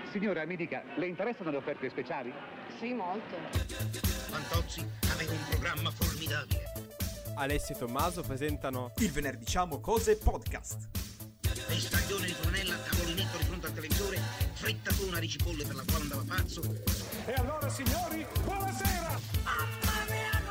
Signora, mi dica, le interessano le offerte speciali? Sì, molto. Fantozzi aveva un programma formidabile. Alessio e Tommaso presentano Il venerdì diciamo cose podcast. Le stagioni di Brunella, tavolinetto di fronte al televisore, frittatona di cipolle per la quale andava pazzo. E allora, signori, buonasera! Mamma mia,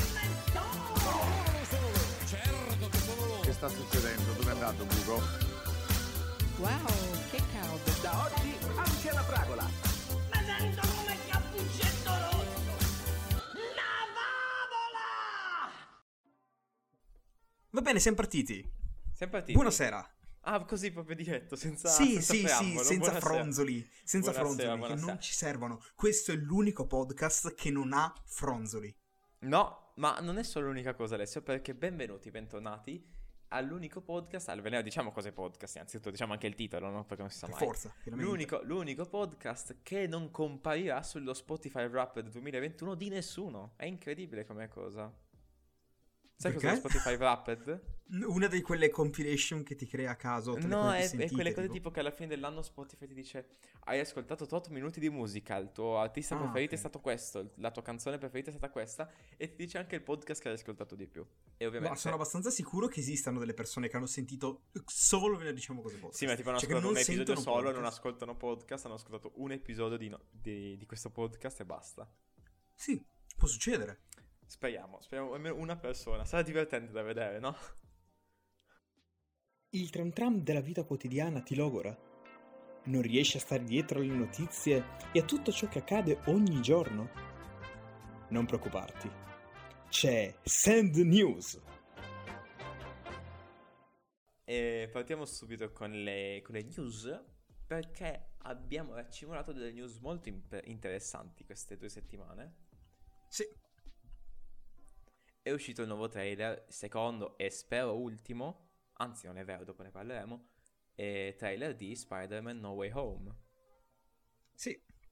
commento! Certo che sono loro! Che sta succedendo? Dove è andato Bugo? Wow, che caldo! Da oggi anche la fragola! Ma sento come cappuccetto rosso! La favola! Va bene, siamo partiti. Siamo partiti. Buonasera. Ah, così proprio diretto, senza Sì, preambolo. senza Buonasera. fronzoli. Senza Buonasera, fronzoli, che buonasera. non ci servono. Questo è l'unico podcast che non ha fronzoli. No, ma non è solo l'unica cosa, Alessio, perché bentornati all'unico podcast, diciamo cose podcast, innanzitutto diciamo anche il titolo, no? Perché non si sa Per mai. forza, finalmente. L'unico podcast che non comparirà sullo Spotify Wrapped 2021 di nessuno. È incredibile come cosa. Sai Perché? cos'è lo Spotify Wrapped? Una di quelle compilation che ti crea a caso. tutte le No, cose è sentite, quelle cose tipo che alla fine dell'anno Spotify ti dice: hai ascoltato 8 minuti di musica, il tuo artista preferito è ok. stato questo, la tua canzone preferita è stata questa, e ti dice anche il podcast che hai ascoltato di più. E ovviamente Ma sono abbastanza sicuro che esistano delle persone che hanno sentito solo venerdì diciamo cose podcast. sì, ma tipo hanno Cioè, che ascoltato un non episodio sentono solo, podcast. non ascoltano podcast, hanno ascoltato un episodio di questo podcast e basta. Sì, può succedere. Speriamo almeno una persona. Sarà divertente da vedere, no? Il tram tram della vita quotidiana ti logora? Non riesci a stare dietro alle notizie e a tutto ciò che accade ogni giorno? Non preoccuparti. C'è Sand News. E partiamo subito con le news, perché abbiamo raccimolato delle news molto interessanti queste 2 settimane. Sì. È uscito il nuovo trailer, secondo e spero ultimo, anzi non è vero, dopo ne parleremo, trailer di Spider-Man No Way Home. Sì.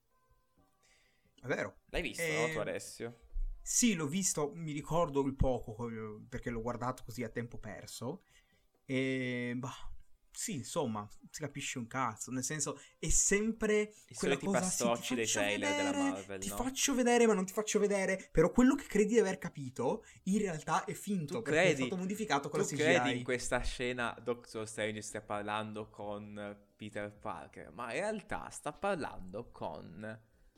È vero. L'hai visto, no, tu Alessio? Sì, l'ho visto, mi ricordo il poco, perché l'ho guardato così a tempo perso. E sì, insomma, si capisce un cazzo, nel senso è sempre I quella soliti cosa, pastocci sì, dei trailer della Marvel, ti no? faccio vedere ma non ti faccio vedere, però quello che credi di aver capito in realtà è finto, perché è stato modificato con la Tu CGI. credi in questa scena Doctor Strange stia parlando con Peter Parker, ma in realtà sta parlando con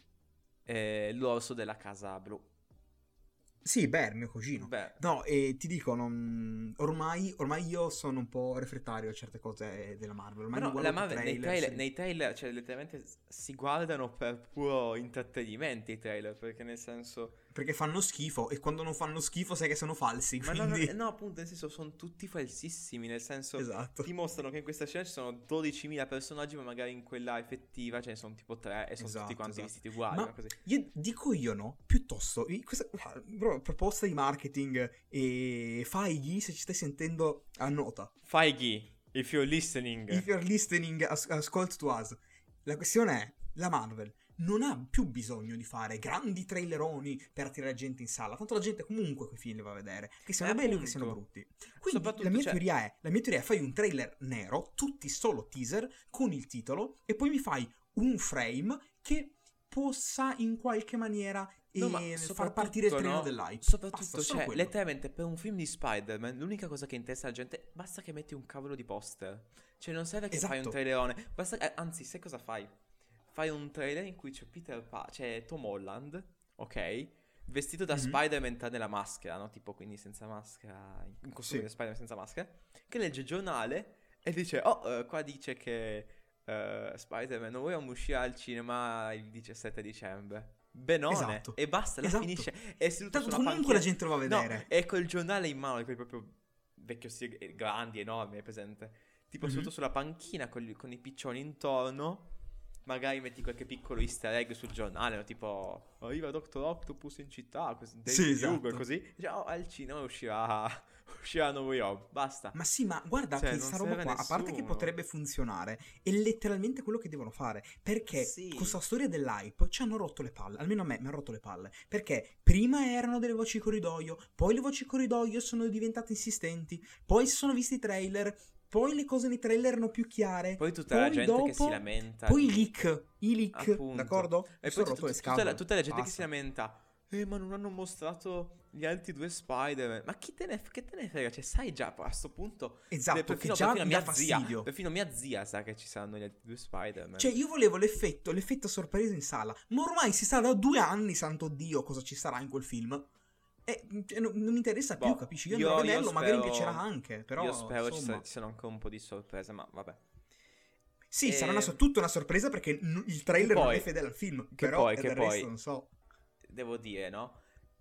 l'orso della casa blu. Sì, beh, il mio cugino. Beh, No, e ti dico, ormai io sono un po' refrattario a certe cose della Marvel. Ormai ma non no, guardo la Marvel più trailer, sì. nei trailer, cioè letteralmente si guardano per puro intrattenimento i trailer, perché nel senso... Perché fanno schifo, e quando non fanno schifo sai che sono falsi, Ma quindi... no, appunto, nel senso, sono tutti falsissimi, nel senso... Esatto. Ti mostrano che in questa scena ci sono 12.000 personaggi, ma magari in quella effettiva ce ne sono tipo 3 e sono Esatto, tutti quanti esatto. vestiti uguali, Ma ma così. io dico io no, piuttosto, questa proposta di marketing, e Feige, se ci stai sentendo, annota. Feige, if you're listening. If you're listening, ascolta to us. La questione è, la Marvel non ha più bisogno di fare grandi traileroni per attirare gente in sala, tanto la gente comunque quei film li va a vedere, che siano belli o che siano brutti. Quindi Soprattutto, la mia cioè- teoria è fai un trailer nero, tutti solo teaser con il titolo, e poi mi fai un frame che possa in qualche maniera No, ma far soprattutto, partire il treno no? dell'hype. Soprattutto, Basta, solo cioè, quello. letteralmente per un film di Spider-Man, l'unica cosa che interessa alla gente, basta che metti un cavolo di poster. Cioè, non serve che fai un Esatto. trailerone. Anzi, sai cosa fai? Fai un trailer in cui c'è c'è Tom Holland, ok? Vestito da Mhm. Spider-Man tranne la maschera, no? Tipo, quindi senza maschera, in costume Sì. di Spider-Man senza maschera, che legge il giornale e dice, qua dice che Spider-Man non vogliamo uscire al cinema il 17 dicembre. Benone. Esatto. E basta, la Esatto. finisce. È seduto Tanto sulla comunque panchina. la gente lo va a vedere. No, e col giornale in mano, quelli proprio vecchio stile, grandi, enormi, hai presente? Tipo Mhm. seduto sulla panchina con i piccioni intorno. Magari metti qualche piccolo easter egg sul giornale, no? Tipo arriva Dr. Octopus in città, così, Sì, esatto. così. Dice, al cinema uscirà No Way Home, basta. Ma sì, ma guarda Cioè, che non sta roba serve qua, a parte che nessuno. potrebbe funzionare, è letteralmente quello che devono fare. Perché Sì. con questa storia dell'hype ci hanno rotto le palle. Almeno a me mi hanno rotto le palle. Perché prima erano delle voci corridoio, poi le voci corridoio sono diventate insistenti, poi si sono visti i trailer. poi le cose nei trailer erano più chiare. Poi tutta la gente che si lamenta. Poi i leak, Appunto. d'accordo? E Mi sono poi rotto le tutta scatole. la gente che Basta. si lamenta. Ma non hanno mostrato gli altri 2 Spider-Man. Ma che te ne frega? Cioè, sai già a sto punto. Esatto, perfino, che già perfino mi dà mia zia, fastidio. perfino mia zia sa che ci saranno gli altri 2 Spider-Man. Cioè, io volevo l'effetto sorpresa in sala. Ma ormai si sa da 2 anni, santo Dio, cosa ci sarà in quel film. E cioè, non mi interessa più, capisci? Io andrò a vederlo, magari mi piacerà anche. Però, io spero insomma... ci siano ancora un po' di sorprese, ma vabbè. Sì, sarà tutta una sorpresa perché il trailer non è fedele al film. Però che del poi, resto non so. Devo dire, no?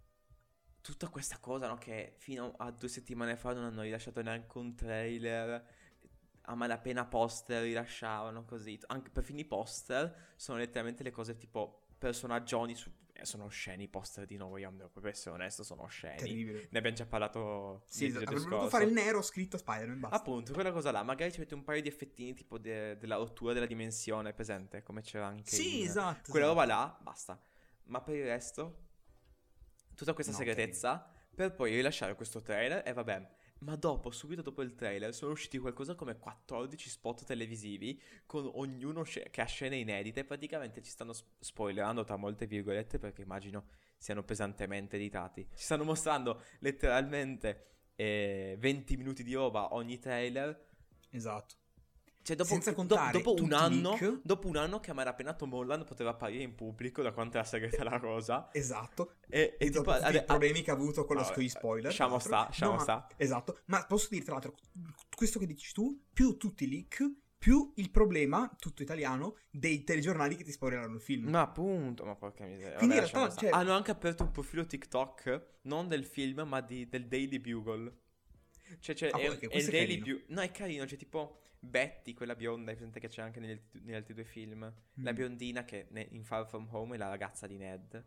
Tutta questa cosa, no? Che fino a 2 settimane fa non hanno rilasciato neanche un trailer. A malapena poster rilasciavano così. Anche perfino i poster sono letteralmente le cose tipo personaggioni sono osceni i poster di No Way Home, per essere onesto sono osceni. Terribile. Ne abbiamo già parlato Sì, nel avrei video voluto scorso. fare il nero scritto Spider-Man, basta. Appunto, quella cosa là. Magari ci avete un paio di effettini tipo della rottura della dimensione, presente? Come c'era anche Sì, esatto. quella roba là, basta. Ma per il resto, tutta questa segretezza per poi rilasciare questo trailer e vabbè. Ma subito dopo il trailer, sono usciti qualcosa come 14 spot televisivi con ognuno che ha scene inedite. Praticamente ci stanno spoilerando tra molte virgolette perché immagino siano pesantemente editati. Ci stanno mostrando letteralmente 20 minuti di roba ogni trailer. Esatto. Cioè Senza contare dopo un anno che a malapena Tom Holland poteva apparire in pubblico da quanto era segreta la cosa. Esatto. E dopo tipo, tutti i problemi che ha avuto con gli spoiler. Lasciamo sta. Esatto. Ma posso dire tra l'altro, questo che dici tu, più tutti i leak, più il problema, tutto italiano, dei telegiornali che ti spoileranno il film. Ma appunto, ma porca miseria. Quindi Vabbè, in realtà, cioè... hanno anche aperto un profilo TikTok, non del film, ma del Daily Bugle. Cioè è il Daily Bugle. No, è carino, c'è tipo Betty, quella bionda, è presente che c'è anche negli altri 2 film. La biondina che in Far From Home è la ragazza di Ned.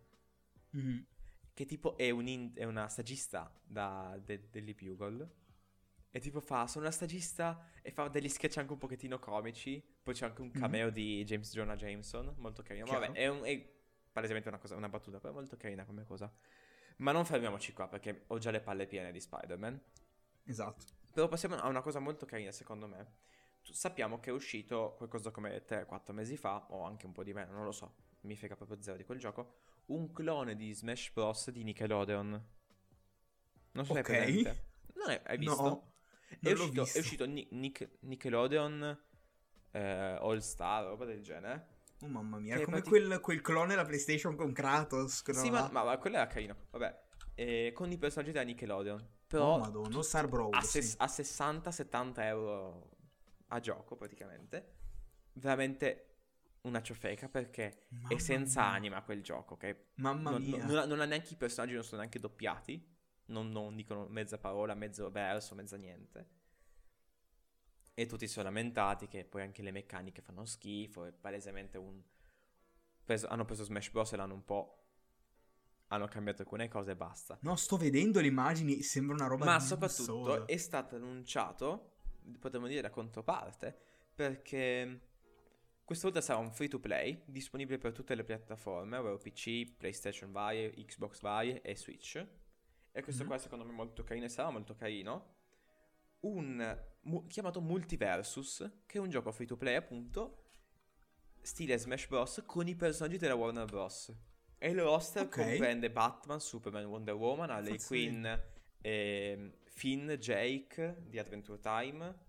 Che tipo è una stagista del Daily Bugle. E tipo sono una stagista e fa degli sketch anche un pochettino comici. Poi c'è anche un cameo di James Jonah Jameson, molto carino. Vabbè, è palesemente una battuta, però è molto carina come cosa. Ma non fermiamoci qua perché ho già le palle piene di Spider-Man. Esatto. Però passiamo a una cosa molto carina secondo me. Sappiamo che è uscito qualcosa come 3-4 mesi fa, o anche un po' di meno, non lo so, mi frega proprio zero di quel gioco, un clone di Smash Bros. Di Nickelodeon. Non so se hai presente. Non hai visto? No, non l'ho visto. È uscito Nickelodeon All Star, roba del genere. Oh mamma mia, è come quel clone della PlayStation con Kratos. Sì, ma quello era carino, vabbè. Con i personaggi della Nickelodeon. Però oh madonna, Star Brawl, a 60-70 euro a gioco praticamente. Veramente una ciofeca perché è senza anima quel gioco, che mamma mia. Non ha neanche i personaggi, non sono neanche doppiati, non dicono mezza parola, mezzo verso, mezza niente. E tutti sono lamentati che poi anche le meccaniche fanno schifo. E palesemente hanno preso Smash Bros. E l'hanno un po'. Hanno cambiato alcune cose e basta. No, sto vedendo le immagini, sembra una roba ma soprattutto è stato annunciato, potremmo dire la controparte, perché questa volta sarà un free to play disponibile per tutte le piattaforme, ovvero PC, PlayStation varie, Xbox varie e Switch. E questo qua secondo me è molto carino e sarà molto carino. Chiamato Multiversus, che è un gioco free to play appunto stile Smash Bros. Con i personaggi della Warner Bros. E il roster comprende Batman, Superman, Wonder Woman, Harley Quinn, Finn, Jake di Adventure Time,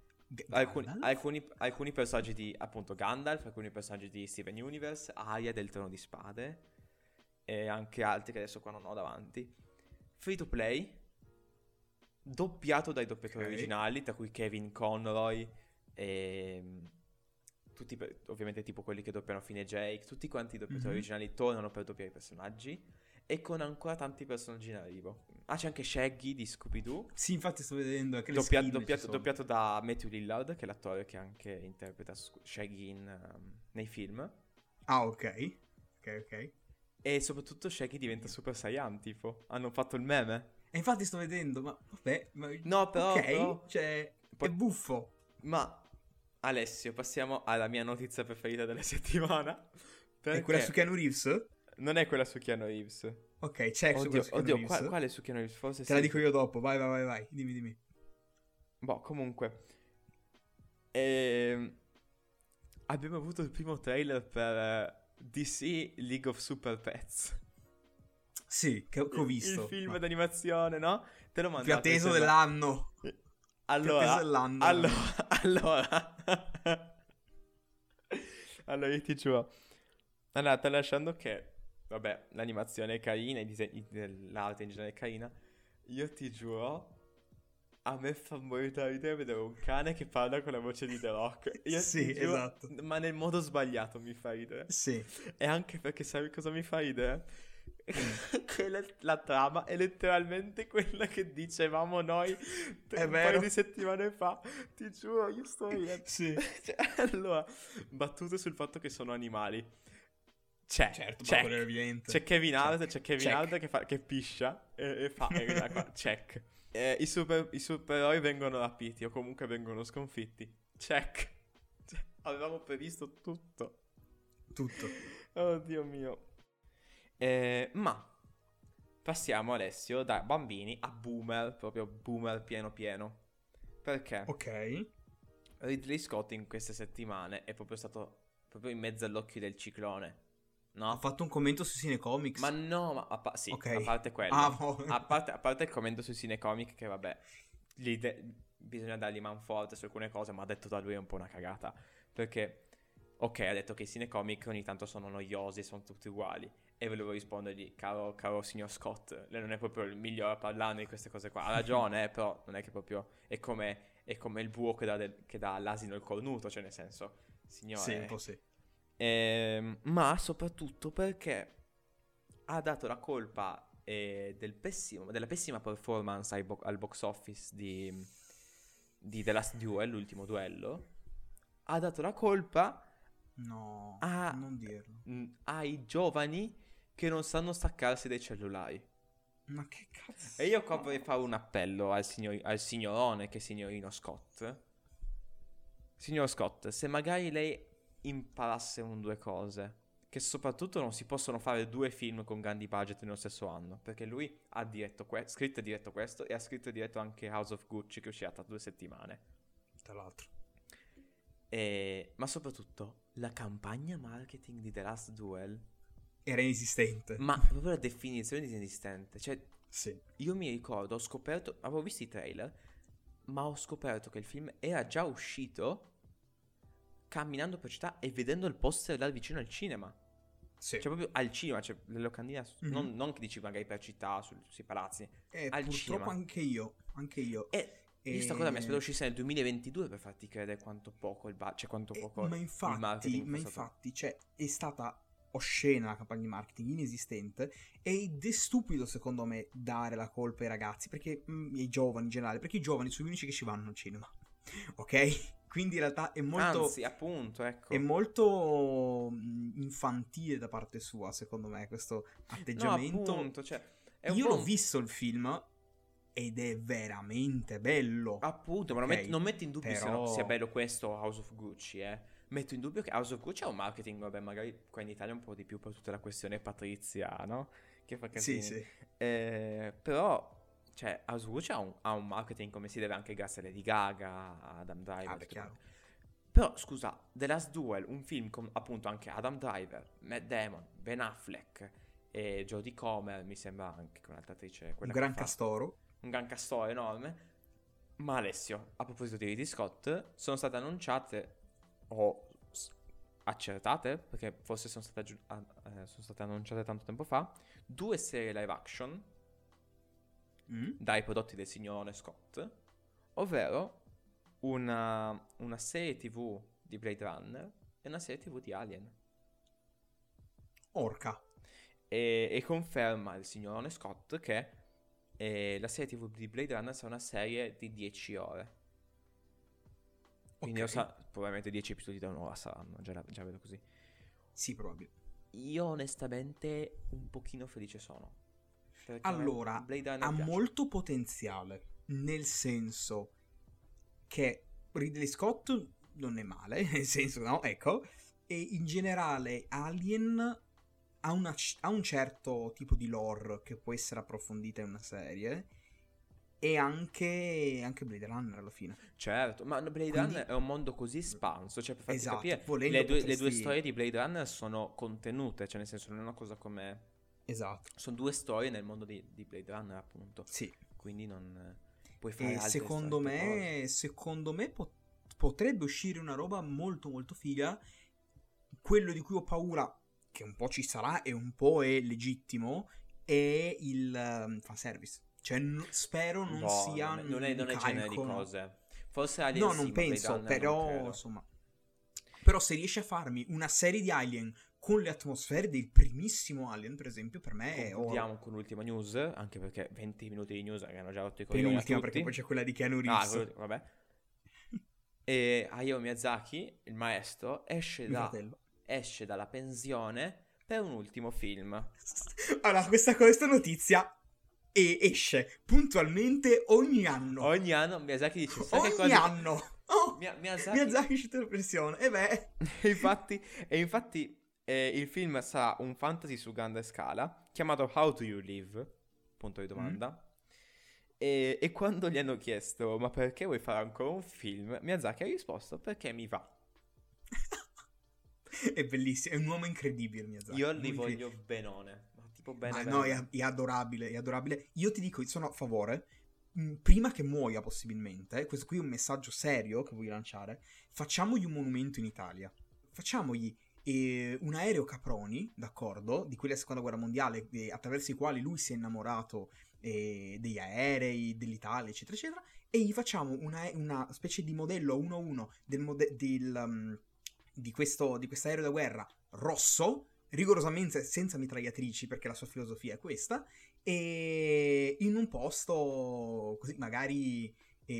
alcuni personaggi di appunto Gandalf, alcuni personaggi di Steven Universe, Arya del Trono di Spade e anche altri che adesso qua non ho davanti. Free to play, doppiato dai doppiatori originali, tra cui Kevin Conroy e tutti ovviamente tipo quelli che doppiano Finn e Jake, tutti quanti i doppiatori originali tornano per doppiare i personaggi e con ancora tanti personaggi in arrivo. C'è anche Shaggy di Scooby-Doo. Sì, infatti sto vedendo che doppiato da Matthew Lillard, che è l'attore che anche interpreta Shaggy nei film. Ah, ok. E soprattutto Shaggy diventa Super Saiyan, tipo. Hanno fatto il meme. E infatti sto vedendo, vabbè. No, però cioè, è buffo. Ma Alessio, passiamo alla mia notizia preferita della settimana. È quella su Keanu Reeves? Non è quella su Keanu Reeves. Ok, c'è su Keanu Reeves. Quale su Keanu Reeves? Forse te la dico io dopo, vai. Dimmi. Boh, comunque. Abbiamo avuto il primo trailer per DC League of Super Pets. Sì, che ho visto. Il film d'animazione, no? Te l'ho mandato. Più atteso dell'anno. Allora, allora io ti giuro. Allora, tralasciando che, vabbè, l'animazione è carina, l'arte in genere è carina, io ti giuro, a me fa morire da ridere vedere un cane che parla con la voce di The Rock. Io sì, giuro, esatto. Ma nel modo sbagliato mi fa ridere. Sì. E anche perché sai cosa mi fa ridere? La trama è letteralmente quella che dicevamo noi un paio di settimane fa. Ti giuro, io sto ridendo. Sì. Allora, battute sul fatto che sono animali. Certo, check. Evidente. C'è Kevin Hart che piscia e fa check. I supereroi vengono rapiti o comunque vengono sconfitti. Check. Avevamo previsto tutto. Oh Dio mio. Ma passiamo, Alessio, da bambini a boomer, proprio boomer pieno. Perché? Ok. Ridley Scott in queste settimane è proprio stato proprio in mezzo all'occhio del ciclone, no? Ha fatto un commento su Cinecomics. Ma no, ma sì, okay. A parte quello. A parte il commento su Cinecomic, che vabbè, bisogna dargli manforte su alcune cose, ma detto da lui è un po' una cagata. Perché, ok, ha detto che i Cinecomic ogni tanto sono noiosi, sono tutti uguali. E volevo rispondergli, caro signor Scott, lei non è proprio il migliore a parlare di queste cose qua. Ha ragione, però non è che proprio è come il buo che dà all'asino il cornuto, cioè nel senso, signore. Sì, un po' sì. Ma soprattutto perché ha dato la colpa della pessima performance al box office di The Last Duel, l'ultimo duello. Ha dato la colpa non dirlo. Ai giovani che non sanno staccarsi dai cellulari. Ma che cazzo? E io qua vorrei fare un appello al signorone che è signorino Scott. Signor Scott, se magari lei imparasse due cose, che soprattutto non si possono fare 2 film con grandi budget nello stesso anno, perché lui ha scritto e diretto questo e ha scritto e diretto anche House of Gucci, che è uscita tra 2 settimane. Tra l'altro. Ma soprattutto la campagna marketing di The Last Duel era inesistente. Ma proprio la definizione di inesistente. Cioè, sì. Io mi ricordo, avevo visto i trailer, ma ho scoperto che il film era già uscito camminando per città e vedendo il poster da vicino al cinema. Sì. Cioè proprio al cinema, cioè le locandine, non che dici magari per città, sui palazzi, al purtroppo cinema. Anche io. Io sta cosa mi aspetto uscisse nel 2022 per farti credere quanto poco il marketing. Ma infatti, cioè, è stata oscena la campagna di marketing, inesistente, ed è stupido secondo me dare la colpa ai ragazzi, perché ai giovani in generale, perché i giovani sono gli unici che ci vanno al cinema. Ok? Quindi in realtà è molto... Anzi, appunto, ecco. È molto infantile da parte sua, secondo me, questo atteggiamento. No, appunto, cioè... Io l'ho visto il film ed è veramente bello. Appunto, ma non metti in dubbio se sia bello questo House of Gucci, Metto in dubbio che House of Gucci ha un marketing, vabbè, magari qua in Italia un po' di più per tutta la questione patrizia, no? Che fa casino. Sì. Però... Cioè, House of Gucci ha un marketing come si deve anche grazie a Lady Gaga, a Adam Driver. Chiaro. Però, scusa, The Last Duel, un film con appunto anche Adam Driver, Matt Damon, Ben Affleck e Jodie Comer, mi sembra anche con un'altra attrice. Un gran castoro. Un gran castoro enorme. Ma Alessio, a proposito di Ridley Scott, sono state annunciate o accertate, perché forse sono state annunciate tanto tempo fa, 2 serie live action dai prodotti del signor Scott, ovvero una serie TV di Blade Runner e una serie TV di Alien. Orca. E conferma il signor Scott che la serie TV di Blade Runner sarà una serie di 10 ore. Quindi probabilmente 10 episodi da un'ora saranno, già vedo così. Sì, probabile. Io onestamente un pochino felice sono. Allora, ha molto potenziale, nel senso che Ridley Scott non è male, nel senso, no, ecco, e in generale Alien ha un certo tipo di lore che può essere approfondita in una serie, e anche Blade Runner alla fine. Certo, ma Blade Runner è un mondo così espanso, cioè per farti Esatto, capire, volendo le due storie di Blade Runner sono contenute, cioè nel senso non è una cosa come... Esatto. Sono 2 storie nel mondo di Blade Runner, appunto. Sì. Quindi non puoi fare E altre secondo me potrebbe uscire una roba molto molto figa. Quello di cui ho paura, che un po' ci sarà e un po' è legittimo, è il fanservice. Cioè spero non sia non è genere di cose. Forse Alien no, non penso, però insomma. Però se riesci a farmi una serie di Alien con le atmosfere del primissimo Alien, per esempio, per me è Concludiamo con l'ultima news, anche perché 20 minuti di news che hanno già rotto i coglioni a tutti. Penultima, perché poi c'è quella di Keanu Reeves. Vabbè. E Hayao Miyazaki, il maestro, esce dalla pensione per un ultimo film. Allora, questa notizia esce puntualmente ogni anno. Ogni anno Miyazaki dice... Ogni anno! Oh, Miyazaki esce dalla pensione, e beh... infatti il film sarà un fantasy su grande scala, chiamato How Do You Live? Punto di domanda. E quando gli hanno chiesto ma perché vuoi fare ancora un film, Miyazaki ha risposto perché mi va. È bellissimo, è un uomo incredibile Miyazaki. Io li voglio benone, ma tipo bene. No, è adorabile, è adorabile. Io ti dico, sono a favore, prima che muoia possibilmente, questo qui è un messaggio serio che voglio lanciare, facciamogli un monumento in Italia. Facciamogli un aereo Caproni, d'accordo, di quelli della seconda guerra mondiale, attraverso i quali lui si è innamorato degli aerei, dell'Italia, eccetera, eccetera, e gli facciamo una specie di modello 1-1 di questo aereo da guerra rosso, rigorosamente senza mitragliatrici, perché la sua filosofia è questa, e in un posto così, magari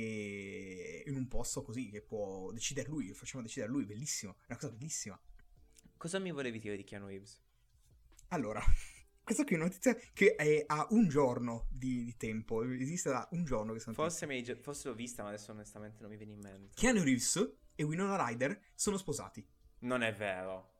in un posto così che può decidere lui, lo facciamo decidere lui, bellissimo, è una cosa bellissima. Cosa mi volevi dire di Keanu Reeves? Allora, questa qui è una notizia che ha un giorno di tempo, esiste da un giorno questa notizia. Forse l'ho vista, ma adesso onestamente non mi viene in mente. Keanu Reeves e Winona Ryder sono sposati. Non è vero.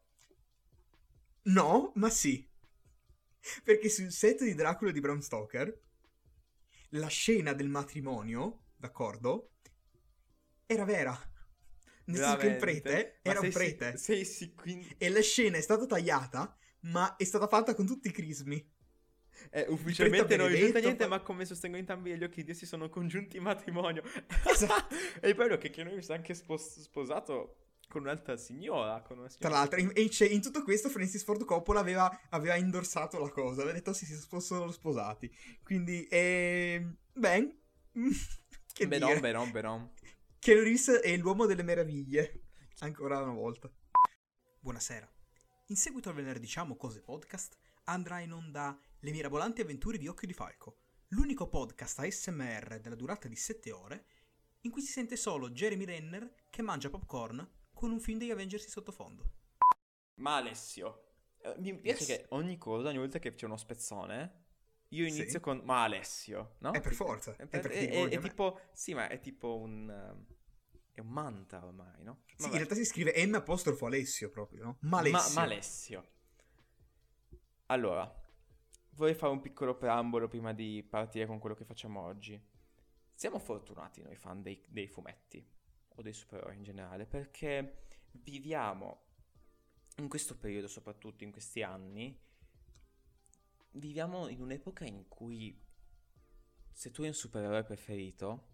No, ma sì. Perché sul set di Dracula di Bram Stoker la scena del matrimonio, d'accordo, era vera. Nel senso che il prete era un prete. Quindi... E la scena è stata tagliata, ma è stata fatta con tutti i crismi. Ufficialmente non risulta niente, ma come sostengono entrambi gli occhi di Dio si sono congiunti in matrimonio. Esatto. E poi che Keanu Reeves è anche sposato con un'altra signora. Tra l'altro, in tutto questo Francis Ford Coppola aveva indorsato la cosa, aveva detto sì, si sono sposati. Quindi, ben, che dire. Benon. Keanu Reeves è l'uomo delle meraviglie, ancora una volta. Buonasera. In seguito al venerdì diciamo cose podcast andrà in onda Le mirabolanti avventure di Occhio di Falco, l'unico podcast ASMR della durata di 7 ore in cui si sente solo Jeremy Renner che mangia popcorn con un film degli Avengers in sottofondo. Ma Alessio, mi piace che ogni volta che c'è uno spezzone io inizio con ma Alessio, no? È per forza. È tipo, sì, ma è tipo è un mantra ormai, no? Sì, in realtà si scrive M'_Alessio proprio, no? Malessio. Allora, vorrei fare un piccolo preambolo prima di partire con quello che facciamo oggi. Siamo fortunati noi fan dei fumetti o dei supereroi in generale, perché viviamo in questo periodo, soprattutto in questi anni, viviamo in un'epoca in cui se tu hai un supereroe preferito,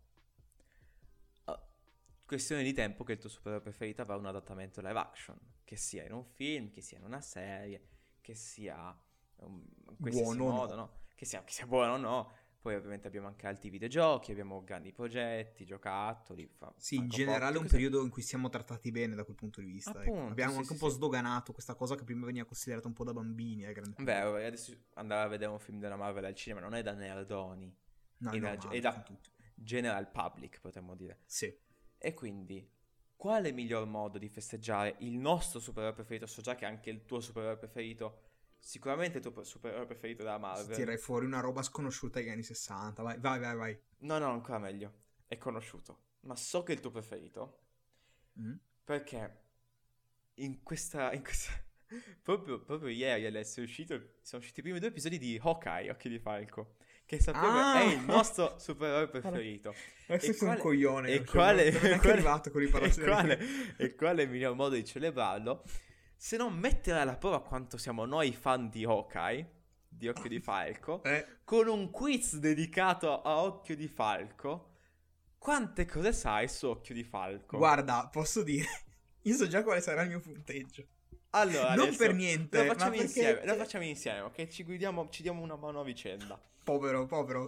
questione di tempo che il tuo supereroe preferito avrà un adattamento live action, che sia in un film, che sia in una serie, che sia in qualsiasi modo, no? Che sia buono o no. Poi ovviamente abbiamo anche altri videogiochi, abbiamo grandi progetti, giocattoli. Sì, in generale è un periodo in cui siamo trattati bene da quel punto di vista. Appunto, ecco. Abbiamo anche un po' sdoganato questa cosa che prima veniva considerata un po' da bambini. Beh, adesso andare a vedere un film della Marvel al cinema non è da nerdoni, è da general public, potremmo dire. Sì. E quindi, quale miglior modo di festeggiare il nostro supereroe preferito? So già che anche il tuo supereroe preferito... Sicuramente il tuo supereroe preferito della Marvel. Tirai fuori una roba sconosciuta agli anni 60. Vai. No, ancora meglio. È conosciuto. Ma so che è il tuo preferito. Perché in questa proprio ieri, Alessio, sono usciti i primi 2 episodi di Hawkeye, Occhi di Falco, che sappiamo è il nostro supereroe preferito. Adesso sono un coglione. E quale non è neanche arrivato con i paragoni. E quale miglior modo di celebrarlo se non mettere alla prova quanto siamo noi fan di Hawkeye, di Occhio di Falco, con un quiz dedicato a Occhio di Falco. Quante cose sai su Occhio di Falco? Guarda, posso dire, io so già quale sarà il mio punteggio. Allora, non per niente, lo facciamo insieme, ok? Ci diamo una mano a vicenda. Povero.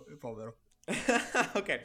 Ok.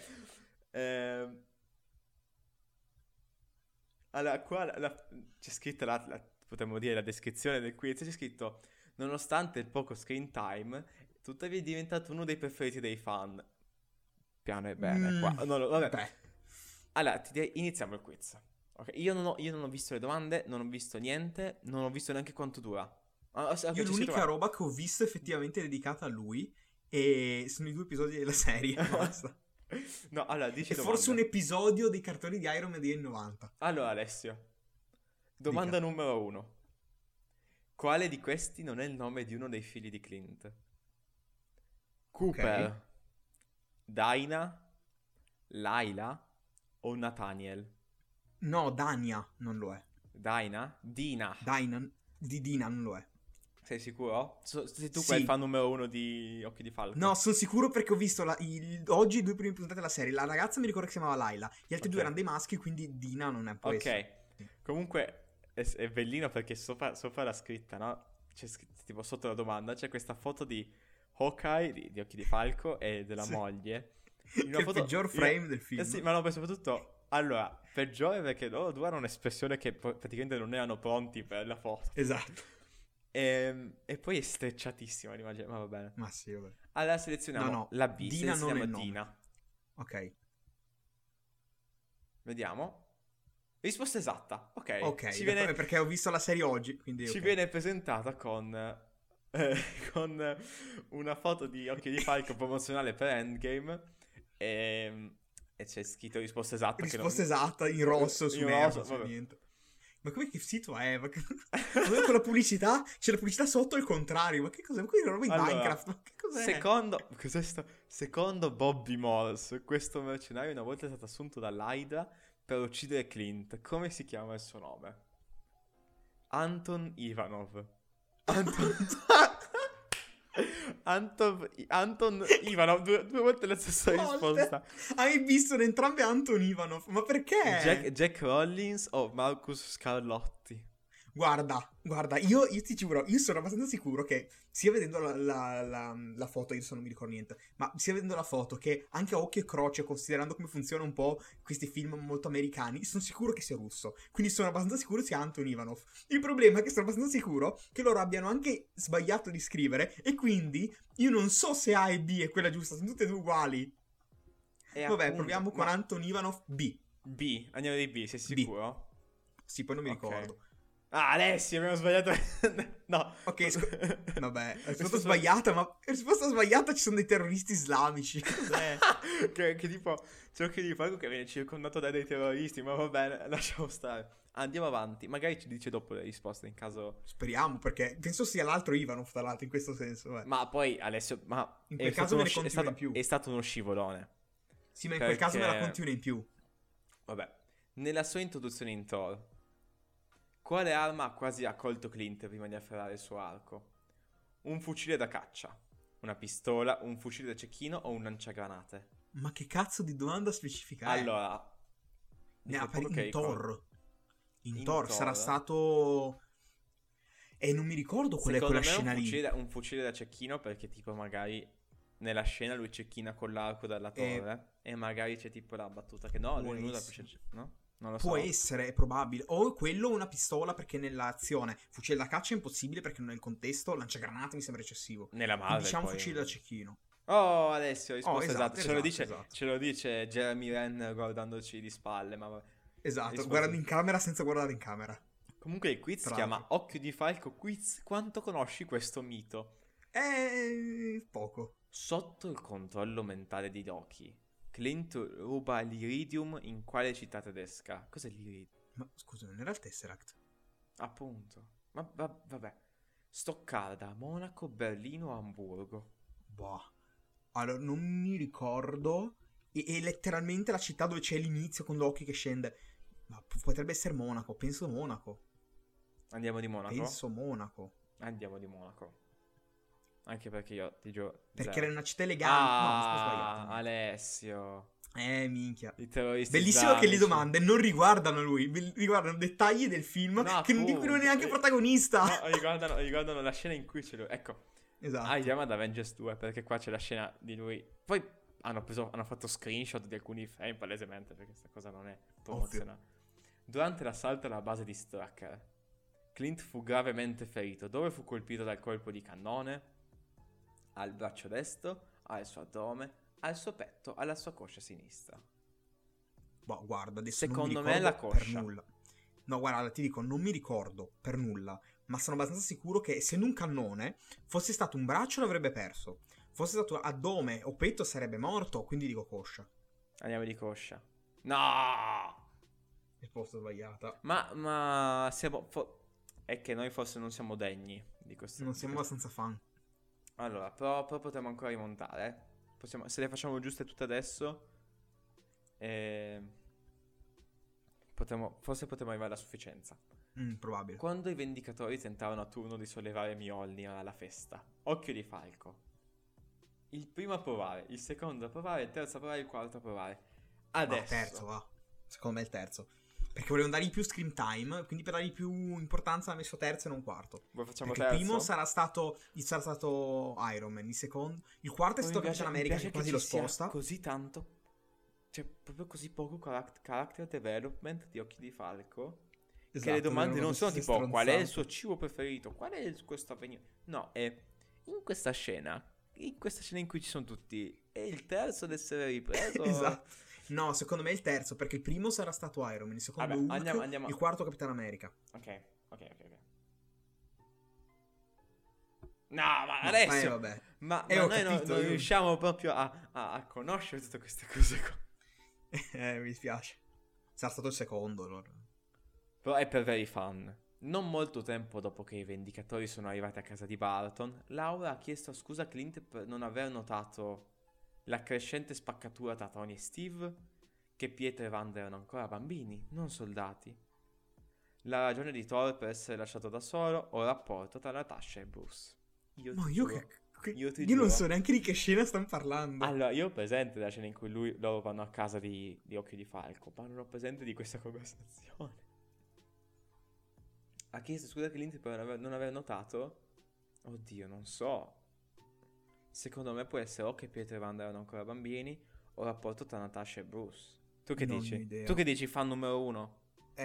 Allora, qua c'è scritto potremmo dire la descrizione del quiz, c'è scritto: nonostante il poco screen time, tuttavia è diventato uno dei preferiti dei fan. Piano e bene, qua. Vabbè. Beh. Allora, iniziamo il quiz. Okay. Io non ho visto le domande, non ho visto niente, non ho visto neanche quanto dura. Io l'unica roba che ho visto effettivamente dedicata a lui e sono i 2 episodi della serie. Basta. No, allora, dici e forse un episodio dei cartoni di Iron Man degli anni 90. Allora, Alessio, domanda numero 1. Quale di questi non è il nome di uno dei figli di Clint? Cooper, okay. Dinah, Layla o Nathaniel? No, Dania non lo è. Dina? Dina di Dina non lo è. Sei sicuro? Sei tu quel fan numero 1 di Occhi di Falco? No, sono sicuro perché ho visto oggi i 2 primi puntate della serie. La ragazza mi ricordo che si chiamava Layla, gli altri 2 erano dei maschi, quindi Dina non è poi. Ok, comunque è bellino perché sopra la scritta, no? C'è scritto, tipo sotto la domanda c'è questa foto di Hawkeye, di Occhi di Falco e della moglie. Che è il peggior frame del film. Sì, ma no, soprattutto... Allora, peggiore perché loro 2 hanno un'espressione che praticamente non erano pronti per la foto. Esatto. E poi è strecciatissima l'immagine, ma va bene. Ma sì, vabbè. Allora selezioniamo la B, Dina non è Dina. Ok. Vediamo. Risposta esatta. Ok. Ok, perché ho visto la serie oggi, quindi ci viene presentata con una foto di Occhi di Falco promozionale per Endgame e c'è scritto risposta esatta. Esatta in rosso su nero, niente. Ma come che sito è? Ma con la pubblicità c'è la pubblicità sotto al contrario. Ma che cos'è? Ma qui è roba in Minecraft. Ma che cos'è? Secondo Bobby Morse, questo mercenario una volta è stato assunto dall'Hydra per uccidere Clint. Come si chiama il suo nome? Anton Ivanov. Anton Ivanov, due volte la stessa risposta. Hai visto entrambe Anton Ivanov, ma perché? Jack Rollins o Marcus Scarlotti? Guarda, io ti giuro, io sono abbastanza sicuro che sia vedendo la foto, io non mi ricordo niente, ma sia vedendo la foto che anche a occhio e croce, considerando come funziona un po' questi film molto americani, sono sicuro che sia russo, quindi sono abbastanza sicuro sia Anton Ivanov. Il problema è che sono abbastanza sicuro che loro abbiano anche sbagliato di scrivere e quindi io non so se A e B è quella giusta, sono tutte e 2 uguali. Vabbè, proviamo con Anton Ivanov B. Andiamo di B, sei sicuro? Sì, poi non mi ricordo. Ah, Alessio, abbiamo sbagliato. No. Ok, vabbè, risposta sbagliata, ma risposta sbagliata ci sono dei terroristi islamici. Cos'è? che tipo c'è Occhio di Falco che viene circondato da dei terroristi, ma va bene, lasciamo stare. Andiamo avanti, magari ci dice dopo le risposte in caso. Speriamo, perché penso sia l'altro Ivanov, tra l'altro, in questo senso. Ma poi, Alessio, in quel caso me ne conti una in più. È stato uno scivolone. Sì, ma in quel caso me la conti una in più. Vabbè, nella sua introduzione in Thor, quale arma ha quasi accolto Clint prima di afferrare il suo arco? Un fucile da caccia, una pistola, un fucile da cecchino o un lanciagranate? Ma che cazzo di domanda specifica è? Allora, in Thor. In Thor sarà stato... non mi ricordo qual è quella scena lì. Un fucile da cecchino perché tipo magari nella scena lui cecchina con l'arco dalla torre e magari c'è tipo la battuta che no? Non lo so. Può essere, è probabile. O quello o una pistola perché nell'azione fucile da caccia è impossibile perché non è il contesto. Lanciagranate mi sembra eccessivo. Nella Marvel diciamo poi... fucile da cecchino. Oh, Alessio, risposta esatta. Esatto. Ce lo dice Jeremy Renner guardandoci di spalle. Ma... Esatto, guardando in camera senza guardare in camera. Comunque il quiz si chiama Occhio di Falco Quiz. Quanto conosci questo mito? Poco. Sotto il controllo mentale di Loki, Clint ruba l'Iridium in quale città tedesca? Cos'è l'Iridium? Ma scusa, non era il Tesseract? Appunto. Ma vabbè. Stoccarda, Monaco, Berlino o Amburgo? Boh. Allora, non mi ricordo. E letteralmente la città dove c'è l'inizio con l'occhio che scende. Ma potrebbe essere Monaco. Penso Monaco. Andiamo di Monaco? Penso Monaco. Andiamo di Monaco. Anche perché io ti giuro. Perché era una città elegante. No, sto sbagliando. Alessio. Minchia. I terroristi Bellissimo islamici. che le domande non riguardano lui, riguardano dettagli del film di cui non è neanche protagonista. No, riguardano la scena in cui c'è lui. Ecco. Esatto. Andiamo ad Avengers 2 perché qua c'è la scena di lui. Poi hanno fatto screenshot di alcuni frame palesemente perché questa cosa non è promozionata. Durante l'assalto alla base di Strucker, Clint fu gravemente ferito. Dove fu colpito dal colpo di cannone? Al braccio destro, al suo addome, al suo petto, alla sua coscia sinistra. Boh, guarda, adesso secondo non mi me la ricordo coscia. per nulla. No, guarda, ti dico, non mi ricordo per nulla, ma sono abbastanza sicuro che essendo un cannone, fosse stato un braccio l'avrebbe perso. Fosse stato addome o petto sarebbe morto, quindi dico coscia. Andiamo di coscia. No! Risposta sbagliata. Ma siamo... è che noi forse non siamo degni di questo. Non siamo abbastanza fan. Allora, però potremmo ancora rimontare. Se le facciamo giuste tutte adesso, forse potremmo arrivare alla sufficienza. Probabile. Quando i Vendicatori tentarono a turno di sollevare Mjolnir alla festa, Occhio di Falco. Il primo a provare, il secondo a provare, il terzo a provare, il quarto a provare. Adesso. Il terzo, va. Secondo me è il terzo. Perché volevano dargli più screen time, quindi per dargli più importanza ha messo terzo e non quarto. Voi facciamo perché terzo? Il primo sarà stato Iron Man, il secondo... Il quarto è stato Captain America che quasi lo sposta. Così tanto, cioè proprio così poco character development di Occhi di Falco. Esatto, che le domande non sono tipo stronzate. Qual è il suo cibo preferito, qual è questo avvenimento. No, è in questa scena in cui ci sono tutti, è il terzo ad essere ripreso. Esatto. No, secondo me è il terzo, perché il primo sarà stato Iron Man, il secondo Hulk, andiamo. il quarto Capitan America. Ok. No, ma adesso... vabbè. Ma noi non riusciamo proprio a conoscere tutte queste cose qua. Mi dispiace. Sarà stato il secondo, allora. Però è per veri fan. Non molto tempo dopo che i Vendicatori sono arrivati a casa di Barton, Laura ha chiesto scusa a Clint per non aver notato la crescente spaccatura tra Tony e Steve, che Pietro e Wanda erano ancora bambini, non soldati. La ragione di Thor per essere lasciato da solo o il rapporto tra Natasha e Bruce. Io non so neanche di che scena stanno parlando. Allora, io ho presente la scena in cui loro vanno a casa di Occhio di Falco, ma non ho presente di questa conversazione. Ha chiesto scusa a Clint per non aver notato? Oddio, non so. Secondo me può essere o che Pietro e Wanda erano ancora bambini o il rapporto tra Natasha e Bruce. Tu che non dici? Idea. Tu che dici, fan numero 1?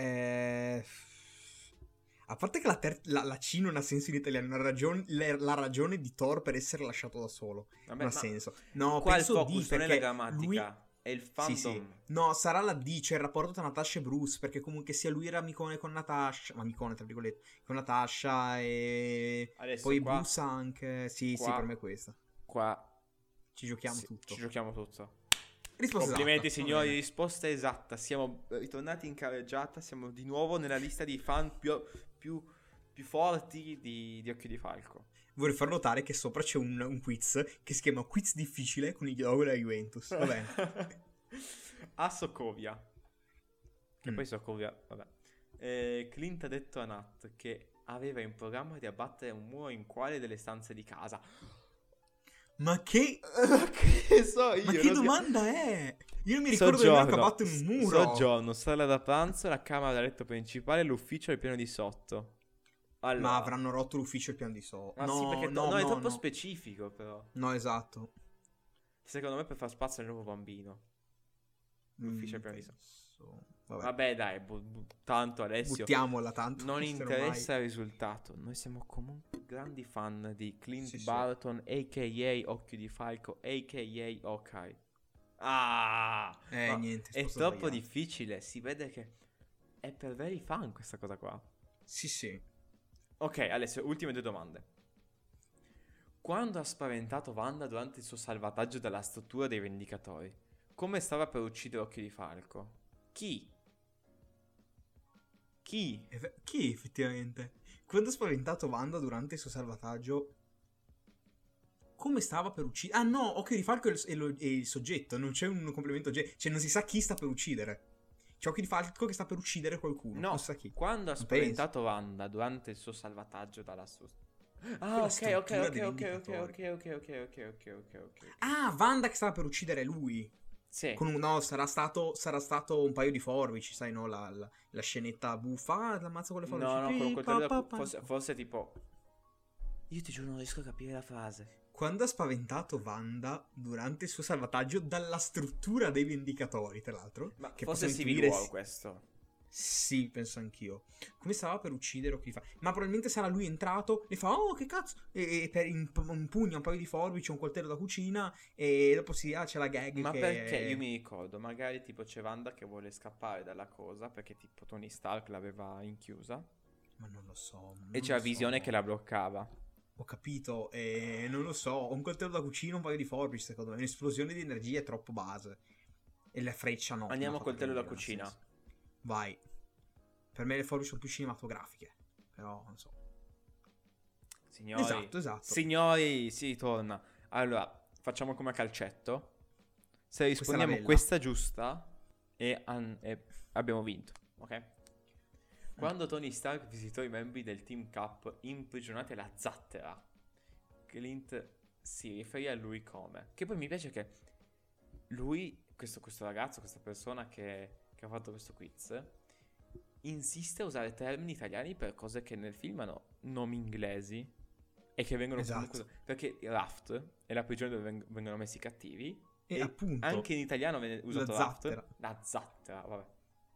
A parte che la C non ha senso in italiano, la ragione di Thor per essere lasciato da solo. Vabbè, non ha senso. No, qua penso il focus D, non è la grammatica, è il fandom. Sì. No, sarà la D, cioè il rapporto tra Natasha e Bruce, perché comunque sia lui era amicone con Natasha, ma amicone tra virgolette, con Natasha e adesso poi qua, Bruce anche. Sì, per me è questa. Qua ci giochiamo tutto. Ci giochiamo tutto. Risposta complimenti esatta, signori, risposta esatta. Siamo ritornati in carreggiata, siamo di nuovo nella lista di fan più forti di Occhio di Falco. Vorrei far notare che sopra c'è un quiz che si chiama Quiz difficile con il logo della Juventus. Va bene. A Sokovia. Che poi Sokovia, vabbè. Clint ha detto a Nat che aveva in programma di abbattere un muro in quale delle stanze di casa. Ma che so io? Ma che domanda è? Io non mi ricordo nemmeno che abbattere un muro. Soggiorno, sala da pranzo, la camera da letto principale, l'ufficio e il piano di sotto. Allora. Ma avranno rotto l'ufficio e il piano di sotto. Ma no, sì, perché no, è troppo specifico, però. No, esatto. Secondo me per far spazio al nuovo bambino. L'ufficio e il piano di sotto. Vabbè dai, tanto Alessio. Buttiamola tanto. Non interessa il risultato. Noi siamo comunque grandi fan di Clint Barton, a.k.a. Occhio di Falco, a.k.a. Hawkeye. Niente. È troppo difficile. Si vede che è per veri fan questa cosa qua. Sì. Ok, Alessio, ultime 2 domande. Quando ha spaventato Wanda durante il suo salvataggio dalla struttura dei Vendicatori, come stava per uccidere Occhio di Falco? Chi effettivamente? Quando ha spaventato Wanda durante il suo salvataggio, come stava per uccidere. Ah no, Occhio di Falco è il soggetto, non c'è un complemento oggetto, cioè non si sa chi sta per uccidere. C'è Occhio di Falco che sta per uccidere qualcuno, no, non sa chi. Quando ha spaventato Wanda durante il suo salvataggio dalla sua... Ah, ok. Ah, Wanda che stava per uccidere lui. Sì. No, sarà stato un paio di forbici, sai, no? La scenetta buffa, l'ammazza con le forbici. No, con il coltello forse tipo... Io ti giuro non riesco a capire la frase. Quando ha spaventato Wanda durante il suo salvataggio dalla struttura dei Vendicatori, tra l'altro. Ma che forse Civil War questo. Sì, penso anch'io. Come stava per uccidere o chi fa? Ma probabilmente sarà lui entrato e fa, oh che cazzo, e per impugna un paio di forbici, un coltello da cucina e dopo c'è la gag. Ma perché io mi ricordo, magari tipo c'è Wanda che vuole scappare dalla cosa perché tipo Tony Stark l'aveva inchiusa. Ma non lo so. E c'è la Visione che la bloccava. Ho capito, non lo so, un coltello da cucina, un paio di forbici, secondo me, un'esplosione di energia è troppo base. E la freccia no. Andiamo a coltello da cucina. Vai. Per me le forbici sono più cinematografiche, però non so. Signori, esatto. Signori, si torna. Allora, facciamo come a calcetto. Se rispondiamo questa giusta e abbiamo vinto, ok? Quando Tony Stark visitò i membri del Team Cap imprigionati alla zattera, Clint si riferì a lui come... Che poi mi piace che lui, questo ragazzo, questa persona che ha fatto questo quiz, insiste a usare termini italiani per cose che nel film hanno nomi inglesi e che vengono comunque... Perché Raft è la prigione dove vengono messi i cattivi e appunto anche in italiano viene usato Raft. La zattera, vabbè.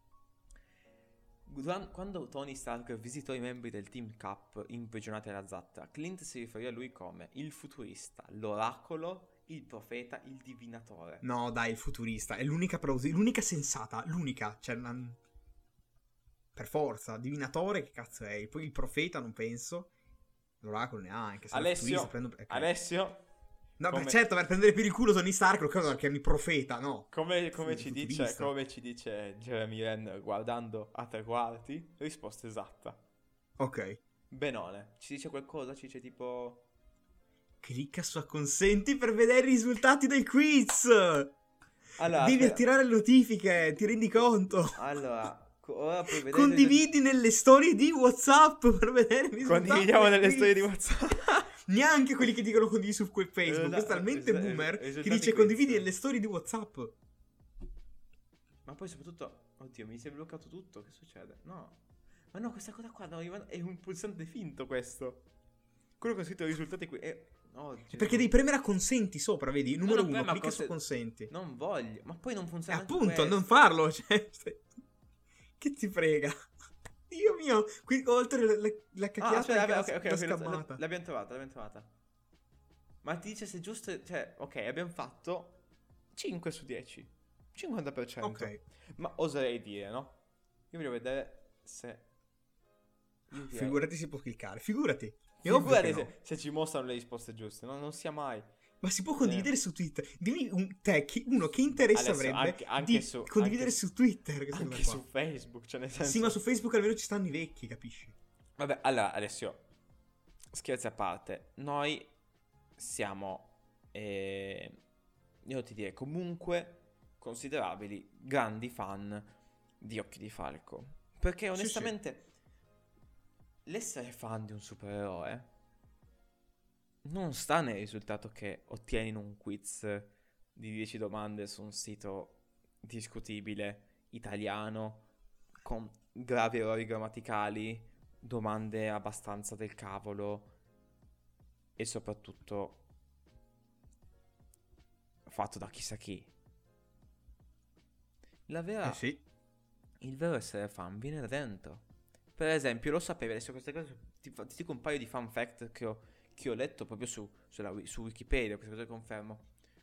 Quando Tony Stark visitò i membri del Team Cap imprigionati alla zattera, Clint si riferì a lui come il futurista, l'oracolo, il profeta, il divinatore. No, dai, il futurista è l'unica sensata, l'unica, cioè per forza, divinatore che cazzo è? Poi il profeta non penso, l'oracolo neanche. Alessio. No, come... certo, per prendere per il culo Tony Stark lo credo che è il profeta, no? Come ci dice Jeremy Renner guardando a tre quarti, risposta esatta. Ok. Benone. Ci dice qualcosa? Ci dice tipo... Clicca su acconsenti per vedere i risultati del quiz! Allora, devi attivare le notifiche, ti rendi conto? Allora, ora puoi vedere... Condividi nelle storie di WhatsApp per vedere i risultati. Condividiamo nelle storie di WhatsApp. Neanche quelli che dicono condividi su quel Facebook. Questo è talmente boomer che dice condividi nelle storie di WhatsApp. Ma poi soprattutto, oddio, mi si è bloccato tutto. Che succede? No. Ma no, questa cosa qua è un pulsante finto questo. Quello che ho scritto i risultati qui è... Oh, perché devi premere a consenti sopra, vedi? Numero 1, clicca su consenti. Non voglio. Ma poi non funziona appunto, non farlo. Cioè, che ti frega? Dio mio, qui oltre la cacchiata ok, l'abbiamo trovata. Ma ti dice se giusto, cioè, ok, abbiamo fatto 5 su 10. 50%. Ok. Ma oserei dire, no? Io voglio vedere se... Figurati si può cliccare, figurati. Se ci mostrano le risposte giuste, no? Non sia mai. Ma si può condividere su Twitter. Dimmi uno che interesse avrebbe condividere su Twitter. Anche su Facebook, cioè nel senso... Sì, ma su Facebook almeno ci stanno i vecchi, capisci? Vabbè, allora, Alessio, scherzi a parte, noi siamo, io ti direi, comunque considerabili grandi fan di Occhi di Falco. Perché onestamente l'essere fan di un supereroe non sta nel risultato che ottieni in un quiz di 10 domande su un sito discutibile italiano con gravi errori grammaticali, domande abbastanza del cavolo e soprattutto fatto da chissà chi. Il vero essere fan viene da dentro. Per esempio, lo sapevi, adesso queste cose ti dico un paio di fun fact che ho letto proprio su Wikipedia, queste cose confermo.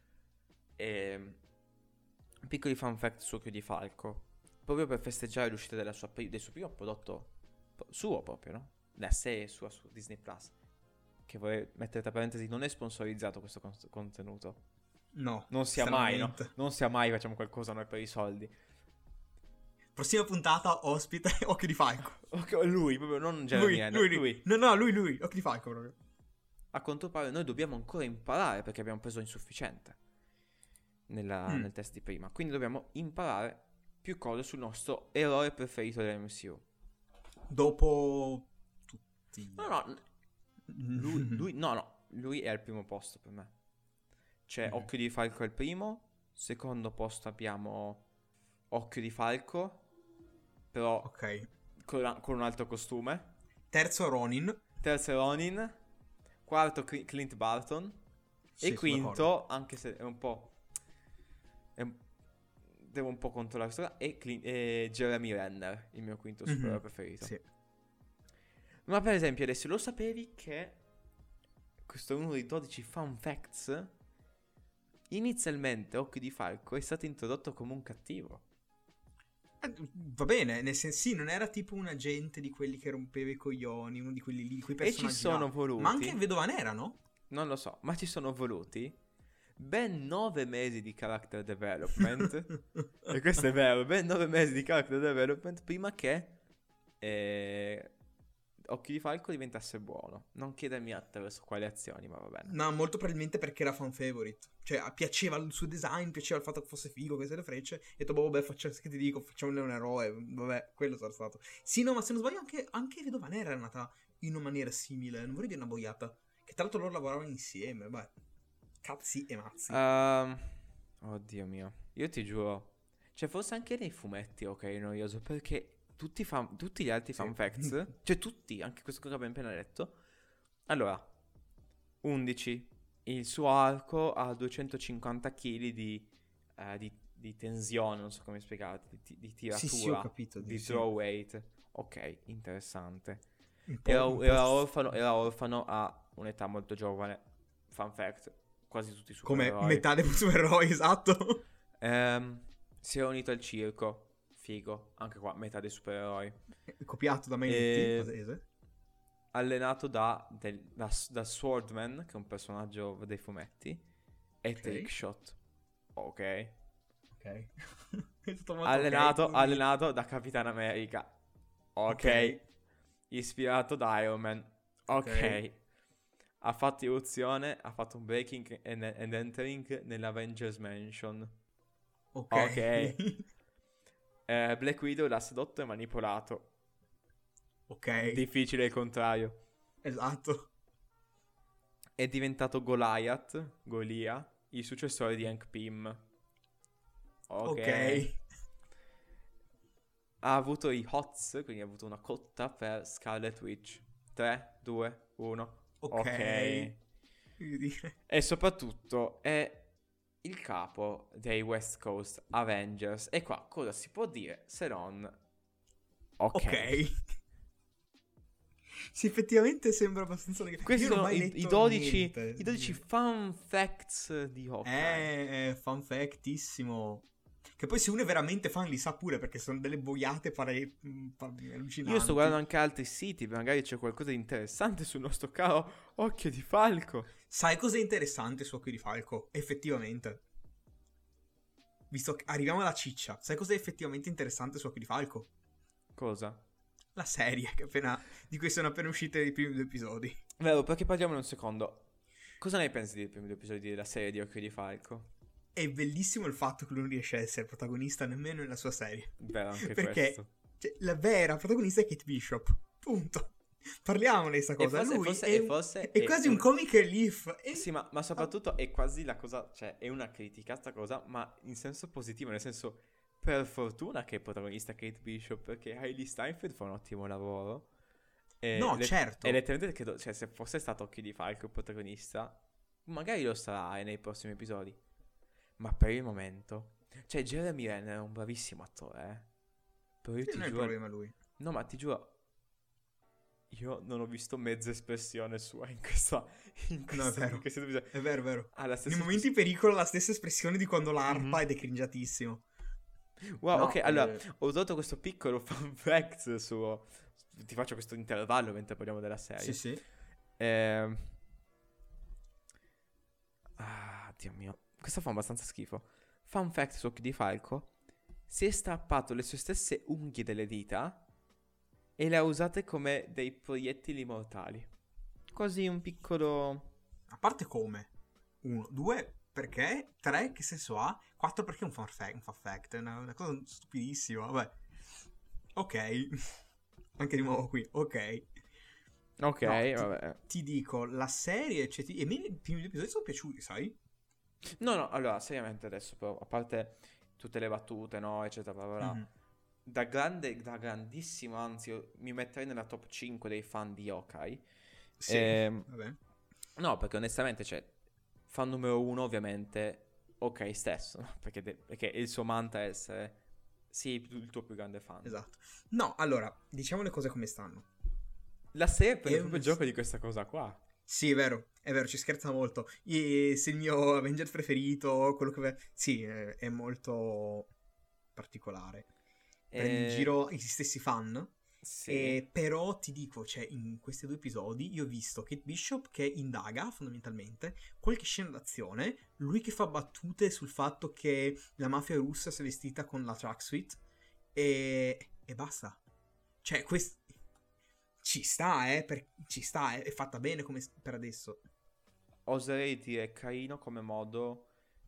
Piccoli fun fact su Occhio di Falco. Proprio per festeggiare l'uscita del suo primo prodotto suo proprio, no? La serie sua su Disney Plus. Che vorrei mettere tra parentesi, non è sponsorizzato questo contenuto. No. Non sia mai, no? Non sia mai facciamo qualcosa noi per i soldi. Prossima puntata ospite Occhio di Falco. Lui, proprio non Jeremy. Lui. No, lui, Occhio di Falco proprio. a quanto pare noi dobbiamo ancora imparare perché abbiamo preso insufficiente nel test di prima. Quindi dobbiamo imparare più cose sul nostro eroe preferito dell'MCU. Dopo tutti. No, lui è al primo posto per me. Cioè, Occhio di Falco è il primo, secondo posto abbiamo Occhio di Falco, però con un altro costume. Terzo Ronin, quarto Clint Barton, e quinto, anche se è un po'... devo un po' controllare questa cosa, è Jeremy Renner, il mio quinto supereroe preferito. Sì. Ma per esempio adesso lo sapevi che questo è uno dei 12 fun facts? Inizialmente Occhio di Falco è stato introdotto come un cattivo. Va bene, nel senso sì, non era tipo un agente di quelli che rompeva i coglioni, uno di quelli lì, quei personaggi. E ci sono voluti. Ma anche Vedova Nera, no? Non lo so, ma ci sono voluti ben 9 mesi di character development. E questo è vero, ben 9 mesi di character development prima che Occhio di Falco diventasse buono. Non chiedermi attraverso quali azioni, ma va bene. No, molto probabilmente perché era fan favorite. Cioè, piaceva il suo design, piaceva il fatto che fosse figo, queste le frecce. E detto, vabbè, che ti dico, facciamone un eroe. Vabbè, quello sarà stato. Sì, no, ma se non sbaglio anche Vedova Nera è nata in una maniera simile. Non vorrei dire una boiata. Che tra l'altro loro lavoravano insieme. Beh, cazzi e mazzi. Oddio mio. Io ti giuro. Cioè, forse anche nei fumetti, ok, noioso, perché... Tutti gli altri fun facts, cioè tutti, anche questo che abbiamo appena detto. Allora, 11. Il suo arco ha 250 kg di tensione, non so come spiegarti, di tiratura, sì, ho capito, di draw weight. Ok, interessante. Era orfano a un'età molto giovane. Fun fact, quasi tutti i supereroi. Come metà dei supereroi, esatto. Si è unito al circo. Figo, anche qua metà dei supereroi. Copiato da Mainetti, allenato da Swordman, che è un personaggio dei fumetti, e Trickshot. Ok. Allenato da Capitan America. Ok. Ispirato da Iron Man. Ok. Ha fatto irruzione, ha fatto un breaking and entering nell'Avengers Mansion. Ok. Black Widow l'ha sedotto e manipolato. Ok. Difficile il contrario. Esatto. È diventato Golia, il successore di Hank Pym. Ok. Ha avuto i HOTS, quindi ha avuto una cotta per Scarlet Witch. 3, 2, 1. Ok. E soprattutto è il capo dei West Coast Avengers. E qua cosa si può dire se non ok. Sì, effettivamente sembra abbastanza legale. Questi sono i 12 fun facts di Hawkeye. Fun factissimo. Che poi se uno è veramente fan li sa pure, perché sono delle boiate allucinanti. Io sto guardando anche altri siti, magari c'è qualcosa di interessante sul nostro caro Occhio di Falco. Sai cosa è interessante su Occhio di Falco? Effettivamente. Visto che arriviamo alla ciccia, sai cosa è effettivamente interessante su Occhio di Falco? Cosa? La serie di cui sono appena uscite i primi 2 episodi. Vero, perché parliamone un secondo. Cosa ne pensi dei primi 2 episodi della serie di Occhio di Falco? È bellissimo il fatto che lui non riesce a essere protagonista nemmeno nella sua serie. Vero, anche perché questo. Cioè, la vera protagonista è Kate Bishop. Punto. Parliamone di sta cosa. È quasi un comic relief. Sì, ma soprattutto è quasi la cosa. Cioè, è una critica sta cosa, ma in senso positivo, nel senso, per fortuna che è protagonista Kate Bishop, perché Hailey Steinfeld fa un ottimo lavoro. Certo. E letteralmente credo, cioè, se fosse stato Occhio di Falco il protagonista, magari lo sarà nei prossimi episodi. Ma per il momento, cioè, Jeremy Renner è un bravissimo attore, Però io ti giuro, non è il problema lui. No, ma ti giuro, io non ho visto mezza espressione sua in questa no, è vero. È vero. Nei momenti di pericolo la stessa espressione di quando l'arpa ed è cringiatissimo. Wow, no, ok, allora, ho usato questo piccolo fun fact su... Ti faccio questo intervallo mentre parliamo della serie. Sì. Dio mio, questo fa abbastanza schifo. Fun fact su Occhio di Falco: si è strappato le sue stesse unghie delle dita e le ha usate come dei proiettili mortali. Quasi un piccolo... A parte come? 1, 2, perché? 3, che senso ha? 4, perché è un fun fact, è una cosa stupidissima, vabbè. Ok. Anche di nuovo qui, ok. Ok, No, vabbè. Ti dico, la serie, cioè, e a me i primi 2 episodi sono piaciuti, sai? No, allora, seriamente adesso, però, a parte tutte le battute, no, eccetera, bla, bla, bla, Mm-hmm. da grandissimo, anzi, io mi metterei nella top 5 dei fan di Yokai. Sì, vabbè. No, perché onestamente, cioè, fan numero 1, ovviamente, ok stesso, no? Perché il suo mantra è essere, sì, il tuo più grande fan. Esatto. No, allora, diciamo le cose come stanno. La serie prende È proprio il gioco di questa cosa qua. Sì, è vero, ci scherza molto. Se il mio Avenger preferito, quello che... Sì, è molto particolare. Prende in giro gli stessi fan. Sì. Però ti dico, cioè, in questi 2 episodi io ho visto Kate Bishop che indaga, fondamentalmente, qualche scena d'azione, lui che fa battute sul fatto che la mafia russa si è vestita con la tracksuit e basta. Cioè, ci sta, ci sta, è fatta bene come per adesso. Oserei dire carino come modo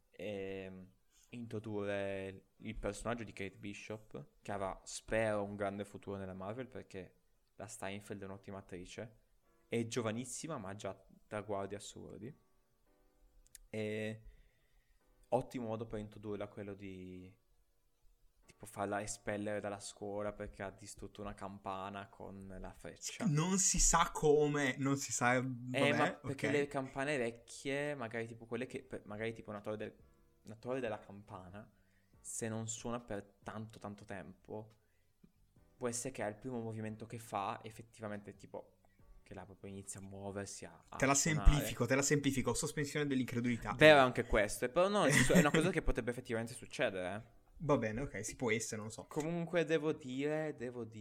introdurre il personaggio di Kate Bishop, che avrà, spero, un grande futuro nella Marvel, perché la Steinfeld è un'ottima attrice, è giovanissima ma ha già traguardi assurdi, e ottimo modo per introdurla quello di tipo farla espellere dalla scuola perché ha distrutto una campana con la freccia. Non si sa come, non si sa... Vabbè, ma perché okay. le campane vecchie, magari tipo quelle che... magari tipo una torre della campana, se non suona per tanto tempo, può essere che al primo movimento che fa, effettivamente tipo... che là proprio inizia a muoversi, a Te la suonare. semplifico, sospensione dell'incredulità. Vero anche questo, però no, è una cosa che potrebbe effettivamente succedere, eh. Va bene, ok, si può essere, non so. Comunque devo dire,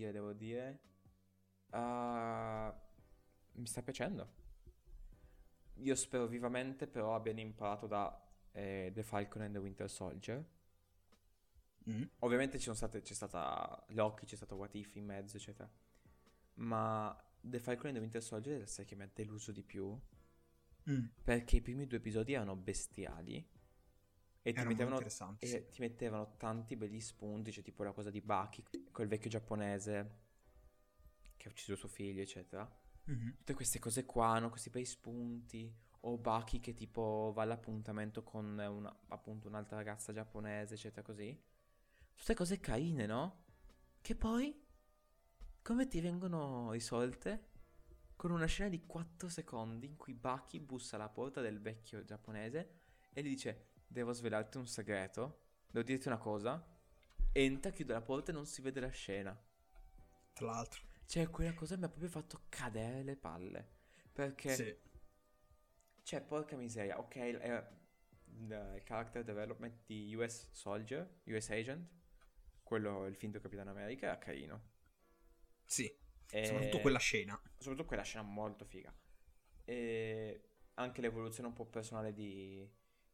mi sta piacendo. Io spero vivamente però abbiano imparato da The Falcon and the Winter Soldier. Ovviamente c'è stata Loki, c'è stato What If in mezzo, eccetera. Ma The Falcon and the Winter Soldier è la serie che mi ha deluso di più. Perché i primi 2 episodi erano bestiali. E ti mettevano tanti belli spunti, cioè tipo la cosa di Bucky, quel vecchio giapponese che ha ucciso suo figlio, eccetera. Tutte queste cose qua, no? Questi bei spunti. O Bucky che tipo va all'appuntamento con appunto un'altra ragazza giapponese, eccetera, così. Tutte cose carine, no? Che poi, come ti vengono risolte? Con una scena di 4 secondi in cui Bucky bussa alla porta del vecchio giapponese e gli dice: devo svelarti un segreto, devo dirti una cosa. Entra, chiude la porta e non si vede la scena. Tra l'altro. Cioè, quella cosa mi ha proprio fatto cadere le palle. Perché... Sì. Cioè, porca miseria, ok, il character development di US Soldier, US Agent, quello, il finto Capitano America, era carino. Sì, soprattutto quella scena. Soprattutto quella scena molto figa. E anche l'evoluzione un po' personale di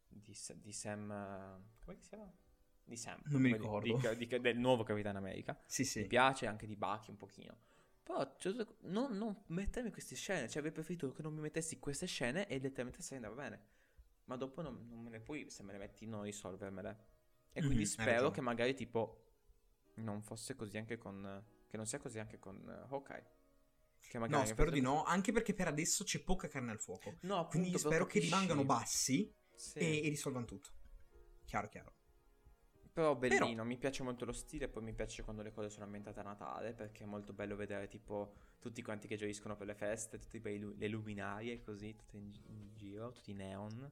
Sam... come si chiama? Di Sam. Non mi ricordo. Del nuovo Capitano America. Sì. Mi piace anche di Bucky un pochino. Però non mettermi queste scene. Cioè avrei preferito che non mi mettessi queste scene e letteralmente se ne andava bene. Ma dopo non me le puoi, se me le metti, non risolvermele. E quindi spero che magari tipo non fosse così anche con... che non sia così anche con Hawkeye. Che magari no, spero di no. Anche perché per adesso c'è poca carne al fuoco. No, appunto, quindi spero che rimangano bassi e risolvano tutto. Chiaro. Però bellino, mi piace molto lo stile. Poi mi piace quando le cose sono ambientate a Natale, perché è molto bello vedere tipo tutti quanti che gioiscono per le feste, tutte le luminarie così, tutte in giro, tutti i neon.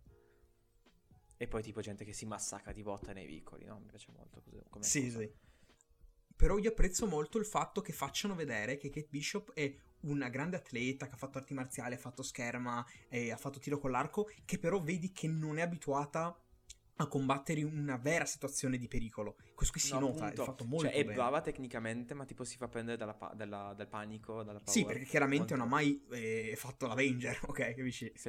E poi tipo gente che si massacra di botta nei vicoli, no? Mi piace molto come cosa. Sì. Però io apprezzo molto il fatto che facciano vedere che Kate Bishop è una grande atleta, che ha fatto arti marziali, ha fatto scherma, ha fatto tiro con l'arco, che però vedi che non è abituata a combattere in una vera situazione di pericolo. Questo qui si nota, è fatto molto bene. È brava tecnicamente, ma tipo si fa prendere dal panico, dalla paura. Sì, perché chiaramente non ha mai fatto l'Avenger, ok, capisci? Sì.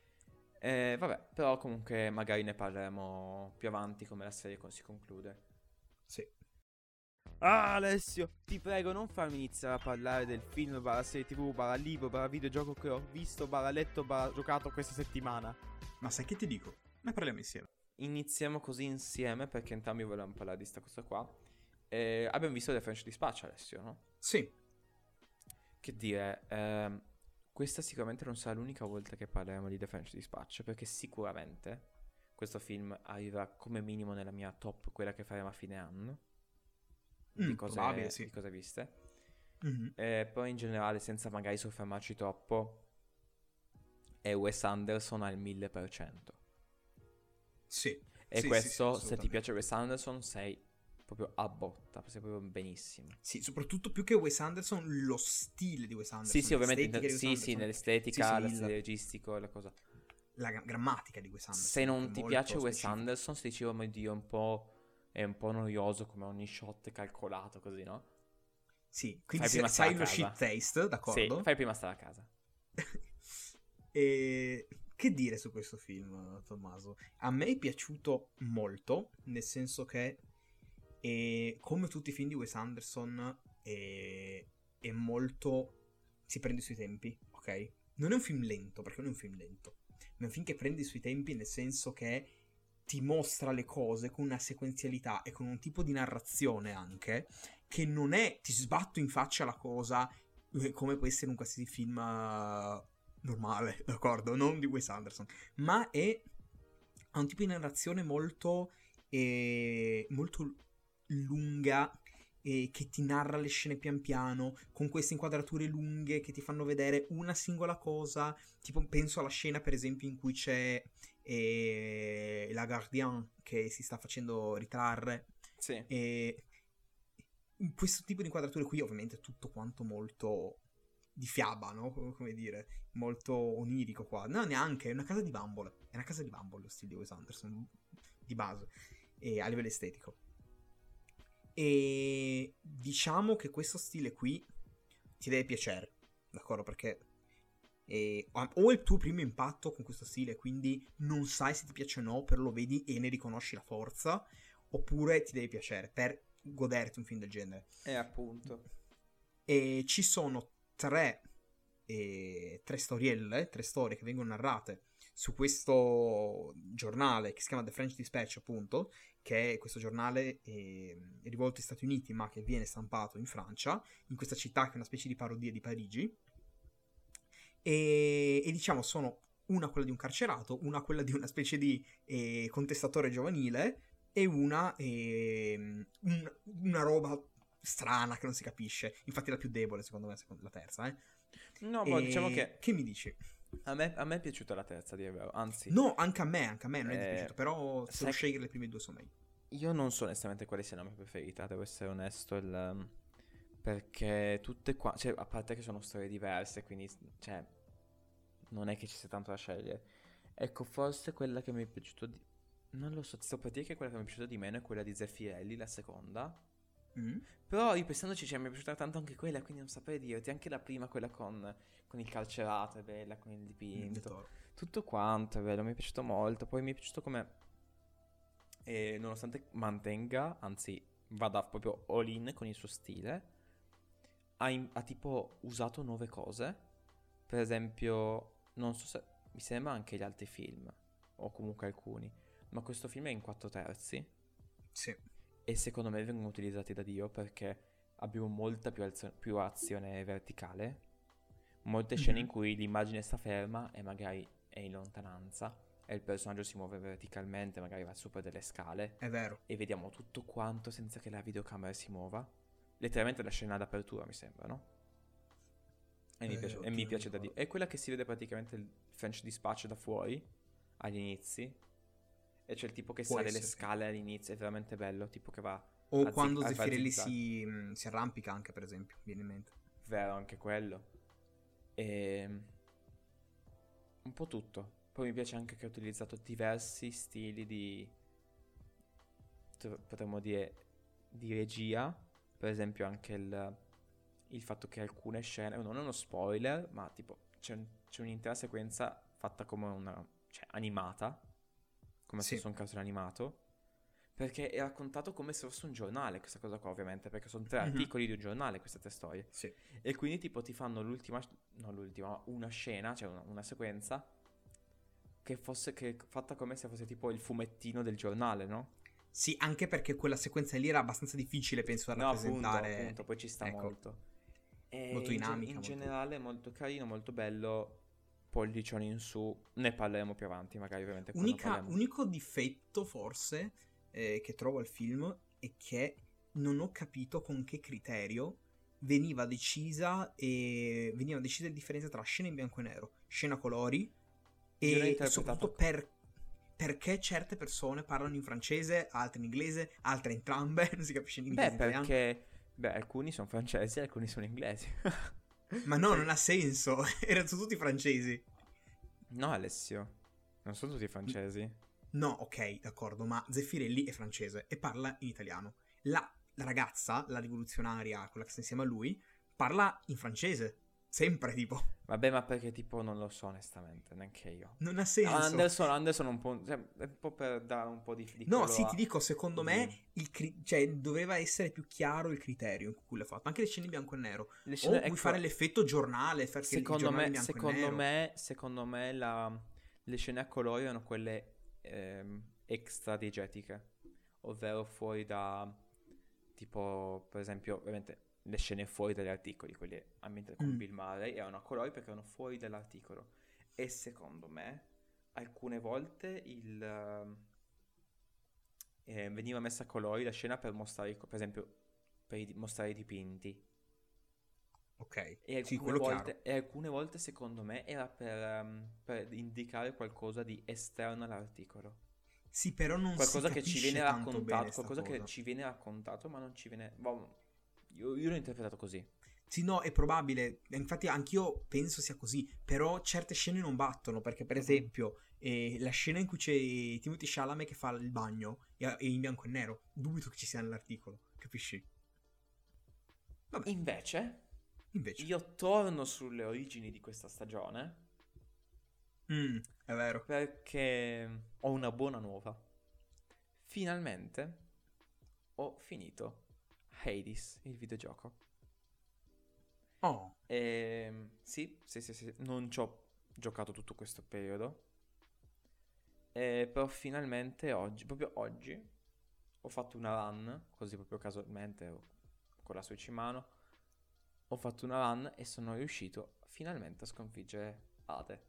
Vabbè, però comunque magari ne parleremo più avanti come la serie si conclude. Sì. Ah, Alessio, ti prego, non farmi iniziare a parlare del film, barra serie TV, barra libro, barra videogioco che ho visto, barra letto, barra giocato questa settimana. Ma sai che ti dico? Ne parliamo insieme. Iniziamo così insieme perché entrambi volevamo parlare di sta cosa qua. Abbiamo visto The French Dispatch, Alessio, no? Sì. Che dire, questa sicuramente non sarà l'unica volta che parleremo di The French Dispatch, perché sicuramente questo film arriva come minimo nella mia top, quella che faremo a fine anno. Di cose, sì. di cose viste. Mm-hmm. Poi in generale, senza magari soffermarci troppo, è Wes Anderson al 1000%. Sì. E sì, questo, sì, se ti piace Wes Anderson, sei proprio a botta, sei proprio benissimo. Sì, soprattutto più che Wes Anderson, lo stile di Wes Anderson. Sì, ovviamente, nell'estetica, sì, lo stile registico, la cosa. La grammatica di Wes Anderson. Se non ti piace Wes specifico. Anderson, si dice, oh mio Dio, è un po' noioso come ogni shot calcolato così, no? Sì, quindi se sai lo shit taste, d'accordo? Sì, fai prima stare a casa. E che dire su questo film, Tommaso? A me è piaciuto molto, nel senso che come tutti i film di Wes Anderson è molto... si prende sui tempi, ok? Non è un film lento, perché non è un film lento, ma è un film che prende sui tempi nel senso che ti mostra le cose con una sequenzialità e con un tipo di narrazione anche che non è ti sbatto in faccia la cosa come può essere un qualsiasi film normale, d'accordo? Non di Wes Anderson, ma ha un tipo di narrazione molto molto lunga che ti narra le scene pian piano con queste inquadrature lunghe che ti fanno vedere una singola cosa, tipo penso alla scena per esempio in cui c'è la Guardian che si sta facendo ritrarre. Sì. In questo tipo di inquadrature qui ovviamente è tutto quanto molto di fiaba, no? Come dire, molto onirico qua. No, neanche, è una casa di bambole. È una casa di bambole lo stile di Wes Anderson di base a livello estetico. E diciamo che questo stile qui ti deve piacere, d'accordo? Perché o è il tuo primo impatto con questo stile, quindi non sai se ti piace o no, però lo vedi e ne riconosci la forza, oppure ti deve piacere per goderti un film del genere. Appunto. E ci sono tre storielle, tre storie che vengono narrate su questo giornale che si chiama The French Dispatch, appunto, che è questo giornale rivolto agli Stati Uniti ma che viene stampato in Francia, in questa città che è una specie di parodia di Parigi. E diciamo sono una quella di un carcerato, una quella di una specie di contestatore giovanile e una roba strana che non si capisce. Infatti la più debole secondo me è la terza. No, ma diciamo che mi dici? A me è piaciuta la terza, di vero, anzi. No, anche a me non è dispiaciuto, però se devo scegliere le prime due sono meglio. Io non so onestamente quale sia la mia preferita, devo essere onesto, perché tutte qua, cioè, a parte che sono storie diverse, quindi, cioè, non è che ci sia tanto da scegliere. Ecco, forse quella che mi è piaciuta non lo so, ti sto per dire che quella che mi è piaciuta di meno è quella di Zeffirelli, la seconda. Però ripensandoci, cioè, mi è piaciuta tanto anche quella, quindi non saprei dirti. Anche la prima, quella con il carcerato, è bella, con il dipinto. Tutto quanto è bello, mi è piaciuto molto. Poi mi è piaciuto come, nonostante mantenga, anzi vada proprio all in con il suo stile, ha tipo usato nuove cose. Per esempio, non so se mi sembra anche gli altri film, o comunque alcuni, ma questo film è in 4/3. Sì. E secondo me vengono utilizzati da Dio perché abbiamo molta più azione verticale, molte scene in cui l'immagine sta ferma e magari è in lontananza e il personaggio si muove verticalmente, magari va su per delle scale. È vero. E vediamo tutto quanto senza che la videocamera si muova. Letteralmente la scena d'apertura, mi sembra, no? E mi piace da Dio. È quella che si vede praticamente il French Dispatch da fuori, agli inizi. E c'è il tipo che sale le scale all'inizio, è veramente bello, tipo che va o quando Zeffirelli si arrampica anche, per esempio, viene in mente. Vero, anche quello. E un po' tutto. Poi mi piace anche che ha utilizzato diversi stili di, potremmo dire, di regia. Per esempio anche il fatto che alcune scene, non è uno spoiler, ma tipo c'è un'intera sequenza fatta come cioè animata, come se fosse un cartone animato, Perché è raccontato come se fosse un giornale, questa cosa qua, ovviamente, perché sono 3 articoli di un giornale, queste 3 storie. Sì. E quindi tipo ti fanno una scena, cioè una sequenza che è fatta come se fosse tipo il fumettino del giornale, no? Sì, anche perché quella sequenza lì era abbastanza difficile, penso, da rappresentare. Appunto, poi ci sta ecco, molto. E molto dinamica. In generale molto carino, molto bello, pollicioni in su, ne parleremo più avanti magari, ovviamente. Unico difetto, forse, che trovo al film è che non ho capito con che criterio veniva decisa la differenza tra scena in bianco e nero, scena a colori, e soprattutto perché certe persone parlano in francese, altre in inglese, altre entrambe, non si capisce in inglese. Perché alcuni sono francesi e alcuni sono inglesi. Ma no, non ha senso, erano tutti francesi. No, Alessio, non sono tutti francesi. No, ok, d'accordo, ma Zeffirelli è francese e parla in italiano. La ragazza, la rivoluzionaria, quella che sta insieme a lui, parla in francese, sempre, tipo. Vabbè, ma perché tipo non lo so onestamente, neanche io. Non ha senso. Anderson un po', cioè, è un po' per dare un po' di no, sì, ti dico, secondo me cioè, doveva essere più chiaro il criterio in cui l'ha fatto. Anche le scene in bianco e nero. O vuoi fare l'effetto giornale, perché secondo me le scene a colori erano quelle extra diegetiche, ovvero fuori da tipo, per esempio, ovviamente le scene fuori dagli articoli, quelli ambientati con Bill Murray, erano a colori perché erano fuori dall'articolo. E secondo me alcune volte veniva messa a colori la scena per mostrare, per esempio, mostrare i dipinti. Ok, e alcune volte secondo me era per indicare qualcosa di esterno all'articolo. Sì, però non qualcosa si che capisce ci viene tanto raccontato, bene qualcosa che cosa. ci viene raccontato ma non ci viene... Io l'ho interpretato così. Sì, no, è probabile. Infatti anch'io penso sia così. Però certe scene non battono. Perché per esempio la scena in cui c'è Timothée Chalamet che fa il bagno è in bianco e nero. Dubito che ci sia nell'articolo. Capisci? Vabbè. Invece io torno sulle origini di questa stagione. È vero. Perché ho una buona nuova. Finalmente ho finito Hades, il videogioco. Oh. Sì. Non ci ho giocato tutto questo periodo. Però finalmente proprio oggi, ho fatto una run, così proprio casualmente, con la Switch in mano. Ho fatto una run e sono riuscito finalmente a sconfiggere Ade.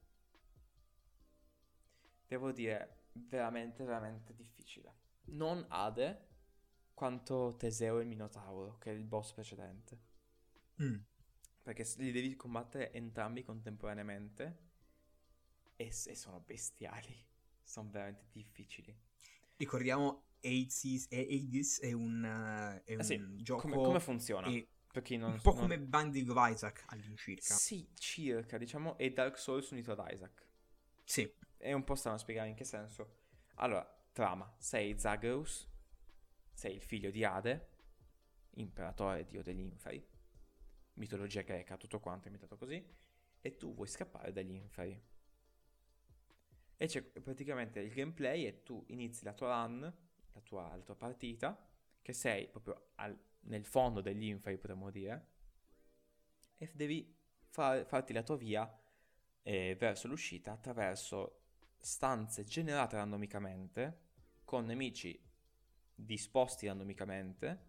Devo dire, veramente, veramente difficile. Non Ade, quanto Teseo e il Minotauro, che è il boss precedente. Perché li devi combattere entrambi contemporaneamente e sono bestiali. Sono veramente difficili. Ricordiamo, Hades è un gioco... Come funziona? Per chi non, un po' come Binding of Isaac all'incirca. Sì, circa, diciamo, e Dark Souls unito ad Isaac. Sì. È un po' strano spiegare in che senso. Allora, trama. Sei Zagreus, sei il figlio di Ade, imperatore dio degli inferi, mitologia greca, tutto quanto è imitato così, e tu vuoi scappare dagli inferi. E c'è praticamente il gameplay e tu inizi la tua run, la tua partita, che sei proprio nel fondo degli inferi, potremmo dire, e devi farti la tua via verso l'uscita attraverso stanze generate randomicamente, con nemici disposti randomicamente,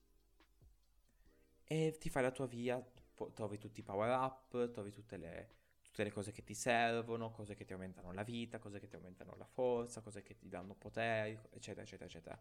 e ti fai la tua via, trovi tutti i power up, trovi tutte le cose che ti servono, cose che ti aumentano la vita, cose che ti aumentano la forza, cose che ti danno poteri, eccetera, eccetera, eccetera.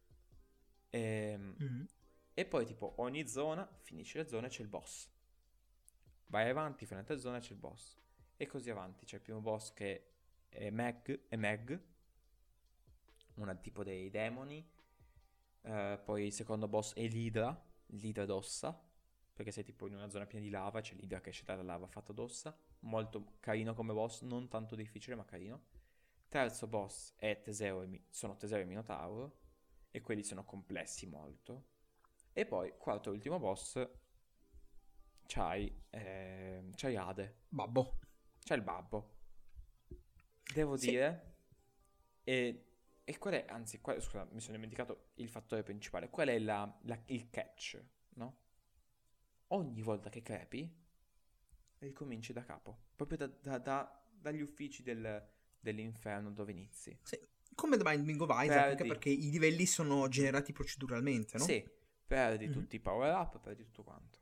E poi tipo ogni zona, finisci la zona e c'è il boss. Vai avanti, fai un'altra zona e c'è il boss. E così avanti. C'è il primo boss che è Meg, una tipo dei demoni. Poi il secondo boss è l'Idra d'ossa, perché sei tipo in una zona piena di lava, c'è l'Idra che esce dalla lava fatta d'ossa. Molto carino come boss, non tanto difficile ma carino. Terzo boss è sono Teseo e Minotauro, e quelli sono complessi molto. E poi quarto e ultimo boss c'hai Ade. C'hai il babbo. Devo dire, è E qual è, anzi, scusa, mi sono dimenticato il fattore principale. Qual è il catch, no? Ogni volta che crepi, ricominci da capo. Proprio dagli uffici dell'inferno dove inizi. Sì. Come The Binding of Isaac, anche perché i livelli sono generati proceduralmente, no? Sì, perdi tutti i power up, perdi tutto quanto.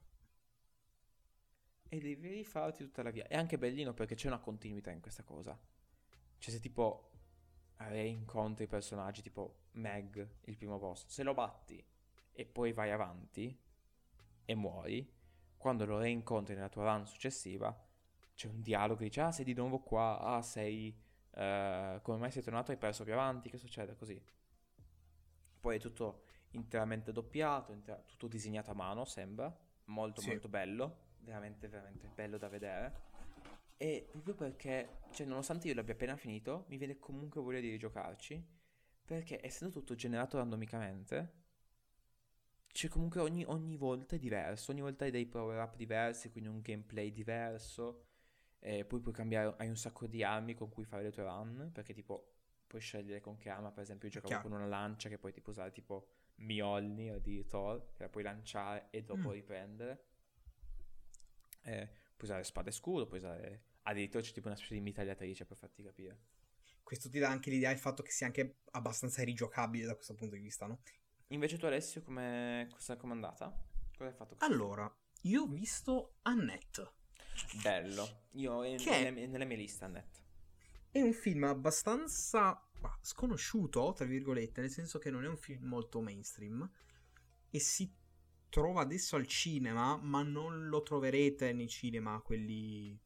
E devi rifarti tutta la via. È anche bellino perché c'è una continuità in questa cosa. Cioè se tipo incontri i personaggi tipo Meg, il primo boss, se lo batti e poi vai avanti e muori, quando lo reincontri nella tua run successiva c'è un dialogo che dice: ah, sei di nuovo qua, ah, sei come mai sei tornato, hai perso più avanti, che succede? Così. Poi è tutto interamente doppiato, tutto disegnato a mano, sembra molto molto bello, veramente veramente bello da vedere. E proprio perché, cioè, nonostante io l'abbia appena finito, mi viene comunque voglia di rigiocarci, perché essendo tutto generato randomicamente, c'è comunque ogni volta è diverso, ogni volta hai dei power up diversi, quindi un gameplay diverso, poi puoi cambiare, hai un sacco di armi con cui fare le tue run, perché tipo puoi scegliere con che arma. Per esempio io giocavo con una lancia che puoi tipo usare tipo Mjolnir di Thor, che la puoi lanciare e dopo riprendere. Puoi usare spada e scudo, puoi usare addirittura c'è tipo una specie di mitragliatrice, per farti capire. Questo ti dà anche l'idea del fatto che sia anche abbastanza rigiocabile da questo punto di vista, no? Invece tu Alessio com'è andata? Cosa hai fatto? Allora, io ho visto Annette. Bello, io nelle mie liste Annette. È un film abbastanza sconosciuto, tra virgolette, nel senso che non è un film molto mainstream e si trova adesso al cinema, ma non lo troverete nei cinema quelli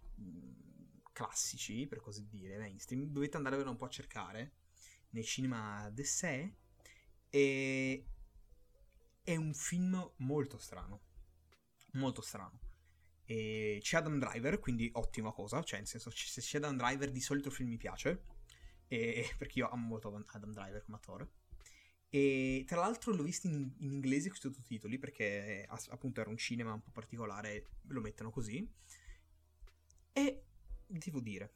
classici, per così dire, mainstream. Dovete andare un po' a cercare nei cinema d'essè. E è un film molto strano, molto strano. E c'è Adam Driver, quindi ottima cosa, cioè nel senso, se c'è Adam Driver di solito il film mi piace, perché io amo molto Adam Driver come attore. E tra l'altro l'ho visto in inglese con sottotitoli, perché appunto era un cinema un po' particolare, lo mettono così. E devo dire,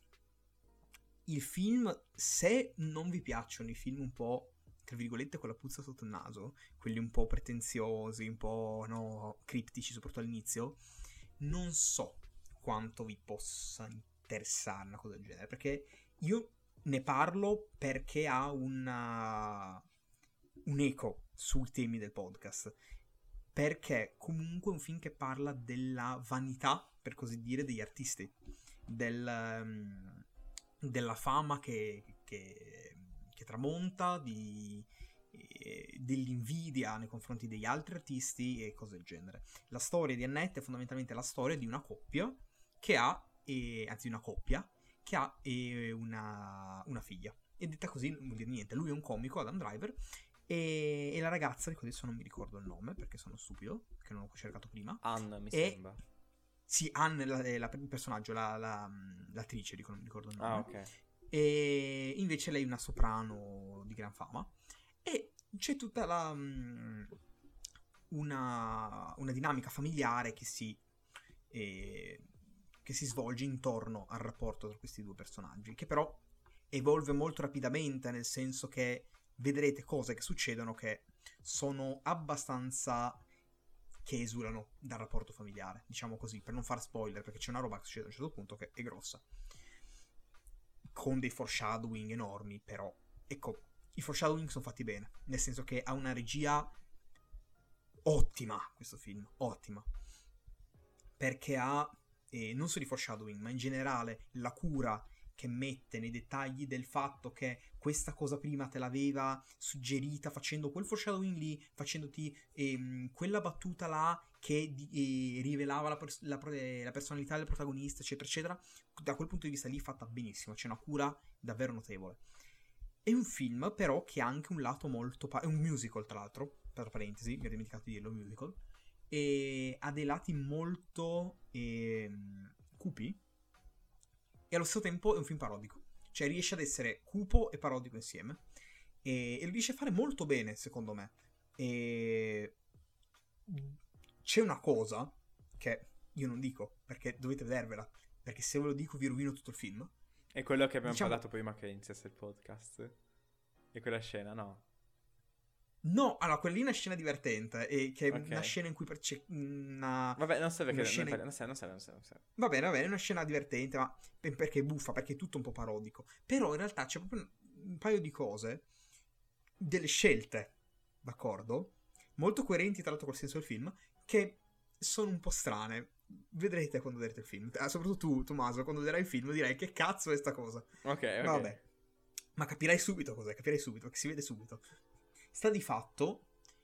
il film, se non vi piacciono i film un po', tra virgolette, con la puzza sotto il naso, quelli un po' pretenziosi, un po' criptici, soprattutto all'inizio, non so quanto vi possa interessare una cosa del genere, perché io ne parlo perché ha un eco sui temi del podcast, perché comunque è un film che parla della vanità, per così dire, degli artisti, della fama che tramonta, dell'invidia nei confronti degli altri artisti e cose del genere. La storia di Annette è fondamentalmente la storia di una coppia che ha una figlia. E detta così non vuol dire niente. Lui è un comico, Adam Driver, e la ragazza, di cui adesso non mi ricordo il nome perché sono stupido, che non l'ho cercato prima. Anne, mi sembra. Sì, Anne è il personaggio, l'attrice, non mi ricordo il nome. Ah, ok. E invece lei è una soprano di gran fama. E c'è tutta una dinamica familiare che si svolge intorno al rapporto tra questi due personaggi, che però evolve molto rapidamente, nel senso che vedrete cose che succedono che sono abbastanza, che esulano dal rapporto familiare, diciamo così, per non far spoiler, perché c'è una roba che succede a un certo punto che è grossa, con dei foreshadowing enormi. Però ecco, i foreshadowing sono fatti bene, nel senso che ha una regia ottima questo film, ottima, perché ha non solo i foreshadowing, ma in generale la cura che mette nei dettagli del fatto che questa cosa prima te l'aveva suggerita facendo quel foreshadowing lì, facendoti quella battuta là che rivelava la personalità del protagonista, eccetera eccetera. Da quel punto di vista lì fatta benissimo, c'è una cura davvero notevole. È un film però che ha anche un lato molto è un musical, tra l'altro, per parentesi, mi ero dimenticato di dirlo, musical, e ha dei lati molto cupi, e allo stesso tempo è un film parodico, cioè riesce ad essere cupo e parodico insieme, e lo riesce a fare molto bene, secondo me. E c'è una cosa che io non dico, perché dovete vedervela, perché se ve lo dico vi rovino tutto il film. È quello che abbiamo parlato prima che iniziasse il podcast. E quella scena, no? No, allora, quella lì è una scena divertente, e che è Ok. una scena in cui c'è una... Vabbè, non so perché... una scena- Non sei. Va bene, è una scena divertente, ma perché è buffa, perché è tutto un po' parodico. Però in realtà c'è proprio un paio di cose, delle scelte, d'accordo? Molto coerenti tra l'altro col senso del film, che sono un po' strane. Vedrete quando vedrete il film. Soprattutto tu, Tommaso, quando vedrai il film dirai che cazzo è sta cosa. Ok. Vabbè. Ma capirai subito cos'è, che si vede subito. Sta di fatto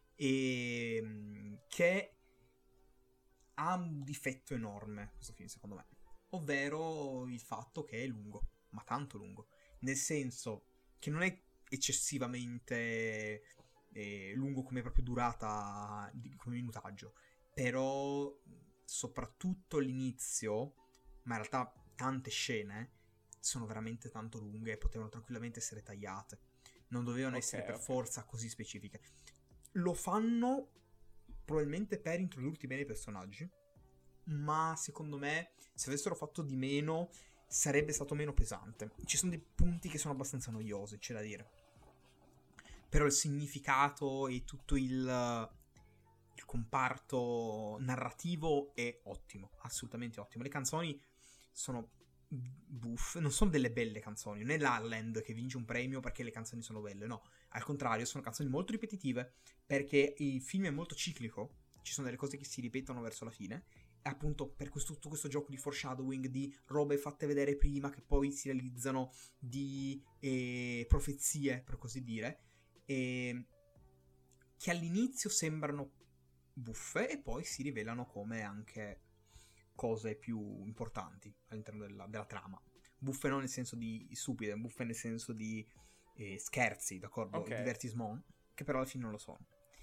che ha un difetto enorme questo film, secondo me. Ovvero il fatto che è lungo, ma tanto lungo. Nel senso che non è eccessivamente lungo come proprio durata, come minutaggio. Però soprattutto l'inizio, ma in realtà tante scene sono veramente tanto lunghe e potevano tranquillamente essere tagliate. Non dovevano essere per forza così specifiche. Lo fanno probabilmente per introdurti bene i personaggi, ma secondo me se avessero fatto di meno sarebbe stato meno pesante. Ci sono dei punti che sono abbastanza noiosi, c'è da dire. Però il significato e tutto il comparto narrativo è ottimo, assolutamente ottimo. Le canzoni sono buff, non sono delle belle canzoni, non è La La Land che vince un premio perché le canzoni sono belle, no, al contrario, sono canzoni molto ripetitive perché il film è molto ciclico, ci sono delle cose che si ripetono verso la fine, e appunto per tutto questo gioco di foreshadowing, di robe fatte vedere prima che poi si realizzano, di profezie, per così dire, che all'inizio sembrano buffe e poi si rivelano come anche cose più importanti all'interno della trama. Buffe non nel senso di stupide, buffe nel senso di scherzi, d'accordo? Divertissement, che però alla fine non lo sono.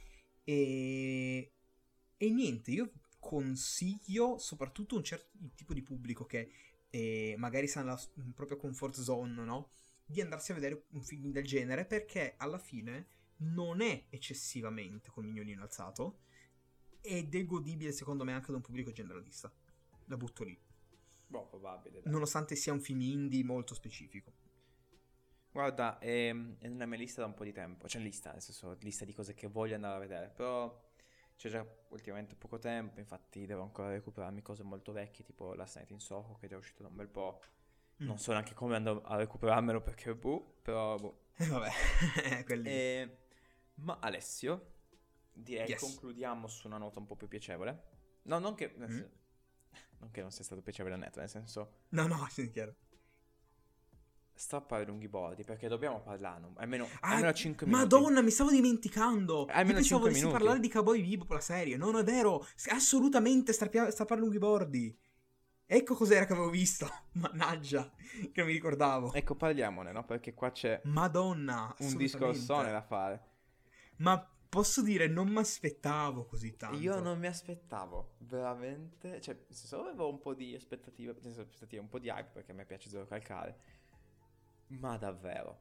E niente, io consiglio soprattutto un certo tipo di pubblico che magari sta nella propria comfort zone, no? Di andarsi a vedere un film del genere, perché alla fine non è eccessivamente col mignolino alzato ed è godibile secondo me anche da un pubblico generalista. La butto lì. Boh, probabile. Dai. Nonostante sia un film indie molto specifico. Guarda, è nella mia lista da un po' di tempo. Cioè lista, nel senso, lista di cose che voglio andare a vedere. Però c'è già ultimamente poco tempo. Infatti devo ancora recuperarmi cose molto vecchie, tipo Last Night in Soho, che è già uscito da un bel po'. Non so neanche come andrò a recuperarmelo perché però vabbè, quelli. Ma Alessio, direi che concludiamo su una nota un po' più piacevole. No, non che non sia stato piacevole a netto, nel senso... No, sì, chiaro. Strappare lunghi bordi, perché dobbiamo parlarne almeno 5 minuti. Madonna, mi stavo dimenticando. Almeno Io pensavo 5 minuti. parlare di Cowboy Bebop, la serie. Non è vero, assolutamente strappare lunghi bordi. Ecco cos'era che avevo visto. Mannaggia, che non mi ricordavo. Ecco, parliamone, no? Perché qua c'è Madonna, un discorsone da fare. Ma posso dire, non mi aspettavo così tanto. Io non mi aspettavo, veramente. Cioè, nel senso, avevo un po' di aspettative, un po' di hype, perché a me piace giocare. Ma davvero,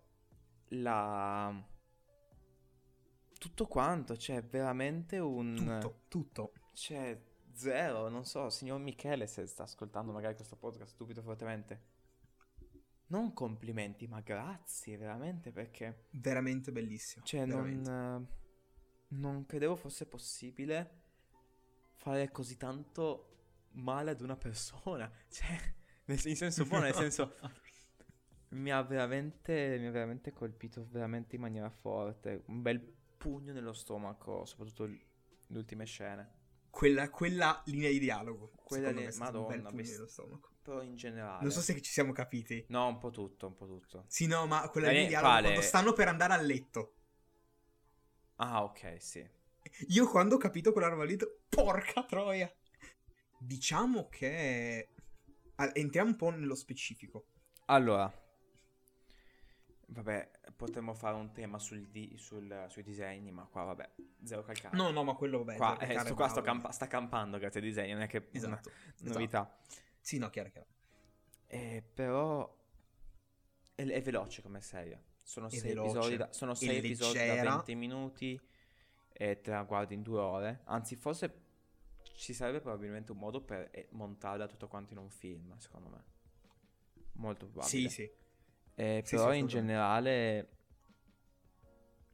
tutto quanto, c'è veramente Tutto. C'è zero, non so, signor Michele, se sta ascoltando magari questo podcast stupido fortemente. Non complimenti, ma grazie, veramente, perché... Veramente bellissimo. Cioè, veramente. Non credevo fosse possibile fare così tanto male ad una persona. Cioè, in senso buono, nel senso... Mi ha veramente colpito veramente in maniera forte. Un bel pugno nello stomaco, soprattutto le ultime scene. Quella linea di dialogo. Quella linea, Madonna, un bel pugno nello stomaco. Però in generale. Non so se ci siamo capiti. No, un po' tutto. Sì, no, ma quella linea di dialogo quando stanno per andare a letto. Ah, ok, sì. Io quando ho capito quella roba lì, porca troia. Diciamo che... entriamo un po' nello specifico. Allora... Vabbè, potremmo fare un tema sui disegni, ma qua vabbè, zero calcare. No, ma quello vabbè. Qua sta campando grazie ai disegni, non è che esatto, una novità. Sì, no, chiaro. Però è veloce come serie. Sono 6 episodi da 20 minuti e te la guardi in 2 ore. Anzi, forse ci sarebbe probabilmente un modo per montarla tutto quanto in un film, secondo me. Molto probabile. Sì. Però in generale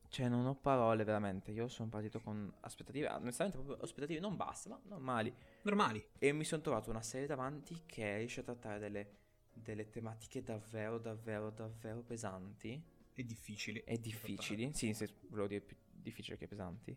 Cioè, non ho parole, veramente. Io sono partito con aspettative, onestamente, proprio aspettative non basse, ma normali. E mi sono trovato una serie davanti che riesce a trattare delle tematiche davvero, davvero, davvero pesanti. E difficili. Sì, volevo dire più difficili che pesanti.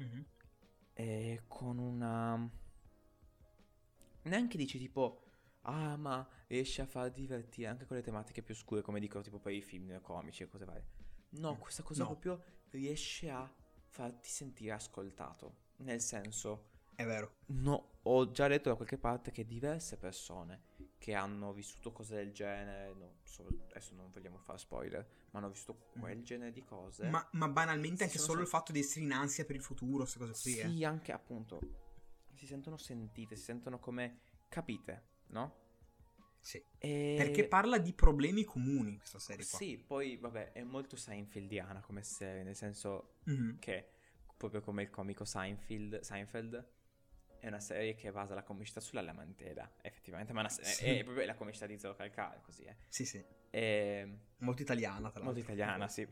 E con una... Neanche dici tipo... Ah, ma riesce a far divertire anche con le tematiche più scure, come dicono tipo per i film comici e cose varie. No, questa cosa proprio riesce a farti sentire ascoltato. Nel senso... È vero. No, ho già letto da qualche parte che diverse persone che hanno vissuto cose del genere, adesso non vogliamo fare spoiler, ma hanno vissuto quel genere di cose. Ma banalmente anche solo il fatto di essere in ansia per il futuro, queste cose qui. Sì, anche appunto, si sentono sentite, si sentono come capite, no? Sì. Perché parla di problemi comuni questa serie qua. Sì, poi vabbè, è molto Seinfeldiana come serie, nel senso che proprio come il comico Seinfeld è una serie che basa la comicità sulla lamentela, effettivamente, ma è proprio la comicità di Zero Calcare, così è. Sì. Molto italiana, tra l'altro. Molto italiana, sì.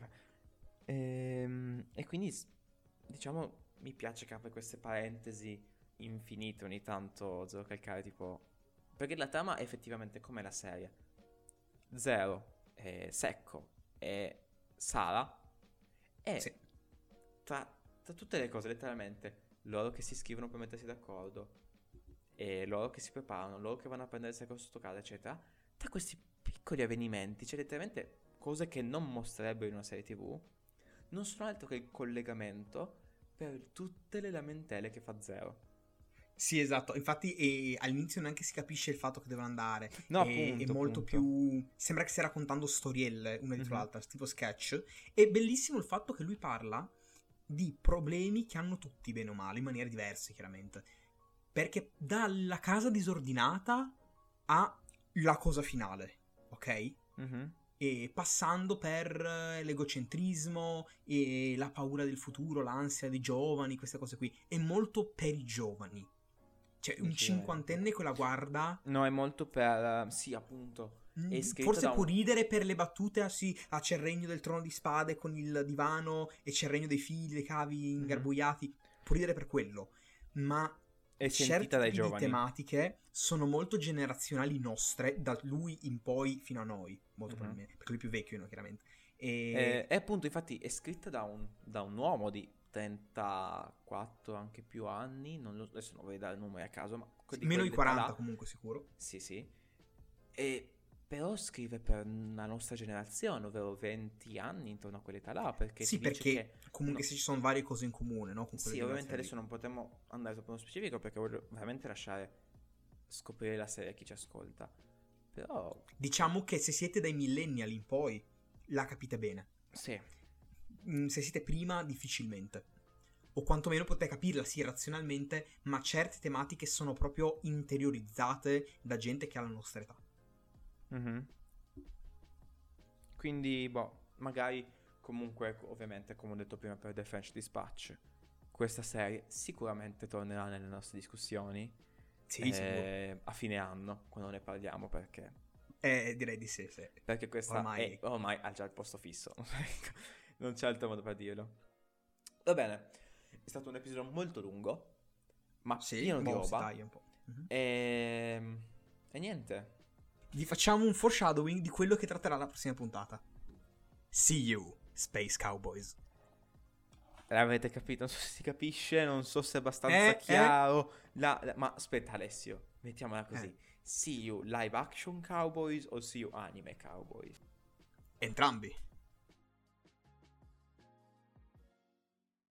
E quindi, diciamo, mi piace che apre queste parentesi infinite ogni tanto Zero Calcare, tipo... Perché la trama è effettivamente come la serie. Zero, Secco e Sara. E tra tutte le cose, letteralmente, loro che si scrivono per mettersi d'accordo, e loro che si preparano, loro che vanno a prendere il secco sotto casa, eccetera, tra questi piccoli avvenimenti, cioè letteralmente cose che non mostrerebbero in una serie TV, non sono altro che il collegamento per tutte le lamentele che fa Zero. Sì, esatto. Infatti all'inizio neanche si capisce il fatto che devono andare. No, è molto più... Sembra che stia raccontando storielle una dietro l'altra, tipo sketch. È bellissimo il fatto che lui parla di problemi che hanno tutti, bene o male, in maniere diverse, chiaramente. Perché dalla casa disordinata alla cosa finale, ok? E passando per l'egocentrismo e la paura del futuro, l'ansia dei giovani, queste cose qui. È molto per i giovani. Cioè, un cinquantenne che la guarda... No, è molto per... sì, appunto. È forse può ridere per le battute, c'è il regno del trono di spade con il divano e c'è il regno dei figli, dei cavi ingarbugliati. Può ridere per quello. Ma è sentita dai giovani. Le tematiche sono molto generazionali nostre, da lui in poi fino a noi. Molto probabilmente, perché lui è più vecchio, no, chiaramente. E appunto, infatti, è scritta da un uomo di 34, anche più anni, adesso non voglio dare numeri a caso, ma meno di 40 comunque sicuro. Sì. E però scrive per la nostra generazione, ovvero 20 anni, intorno a quell'età là, perché sì, perché comunque se ci sono varie cose in comune, no? Con sì, ovviamente adesso non potremmo andare troppo nello specifico perché voglio veramente lasciare scoprire la serie a chi ci ascolta. Però diciamo che se siete dai millennial in poi la capite bene. Sì. Se siete prima, difficilmente. O quantomeno potete capirla, sì, razionalmente, ma certe tematiche sono proprio interiorizzate da gente che ha la nostra età. Quindi, magari, comunque, ovviamente, come ho detto prima per The French Dispatch, questa serie sicuramente tornerà nelle nostre discussioni. Sì, sicuro. A fine anno, quando ne parliamo, perché... direi di sì. Perché questa ormai ha già il posto fisso. Non c'è altro modo per dirlo. Va bene. È stato un episodio molto lungo, ma pieno di roba. Un po'. E niente. Vi facciamo un foreshadowing di quello che tratterà la prossima puntata. See you, Space Cowboys. L'avete capito? Non so se si capisce, non so se è abbastanza chiaro. Ma aspetta, Alessio, mettiamola così. See you live action cowboys o see you anime cowboys? Entrambi.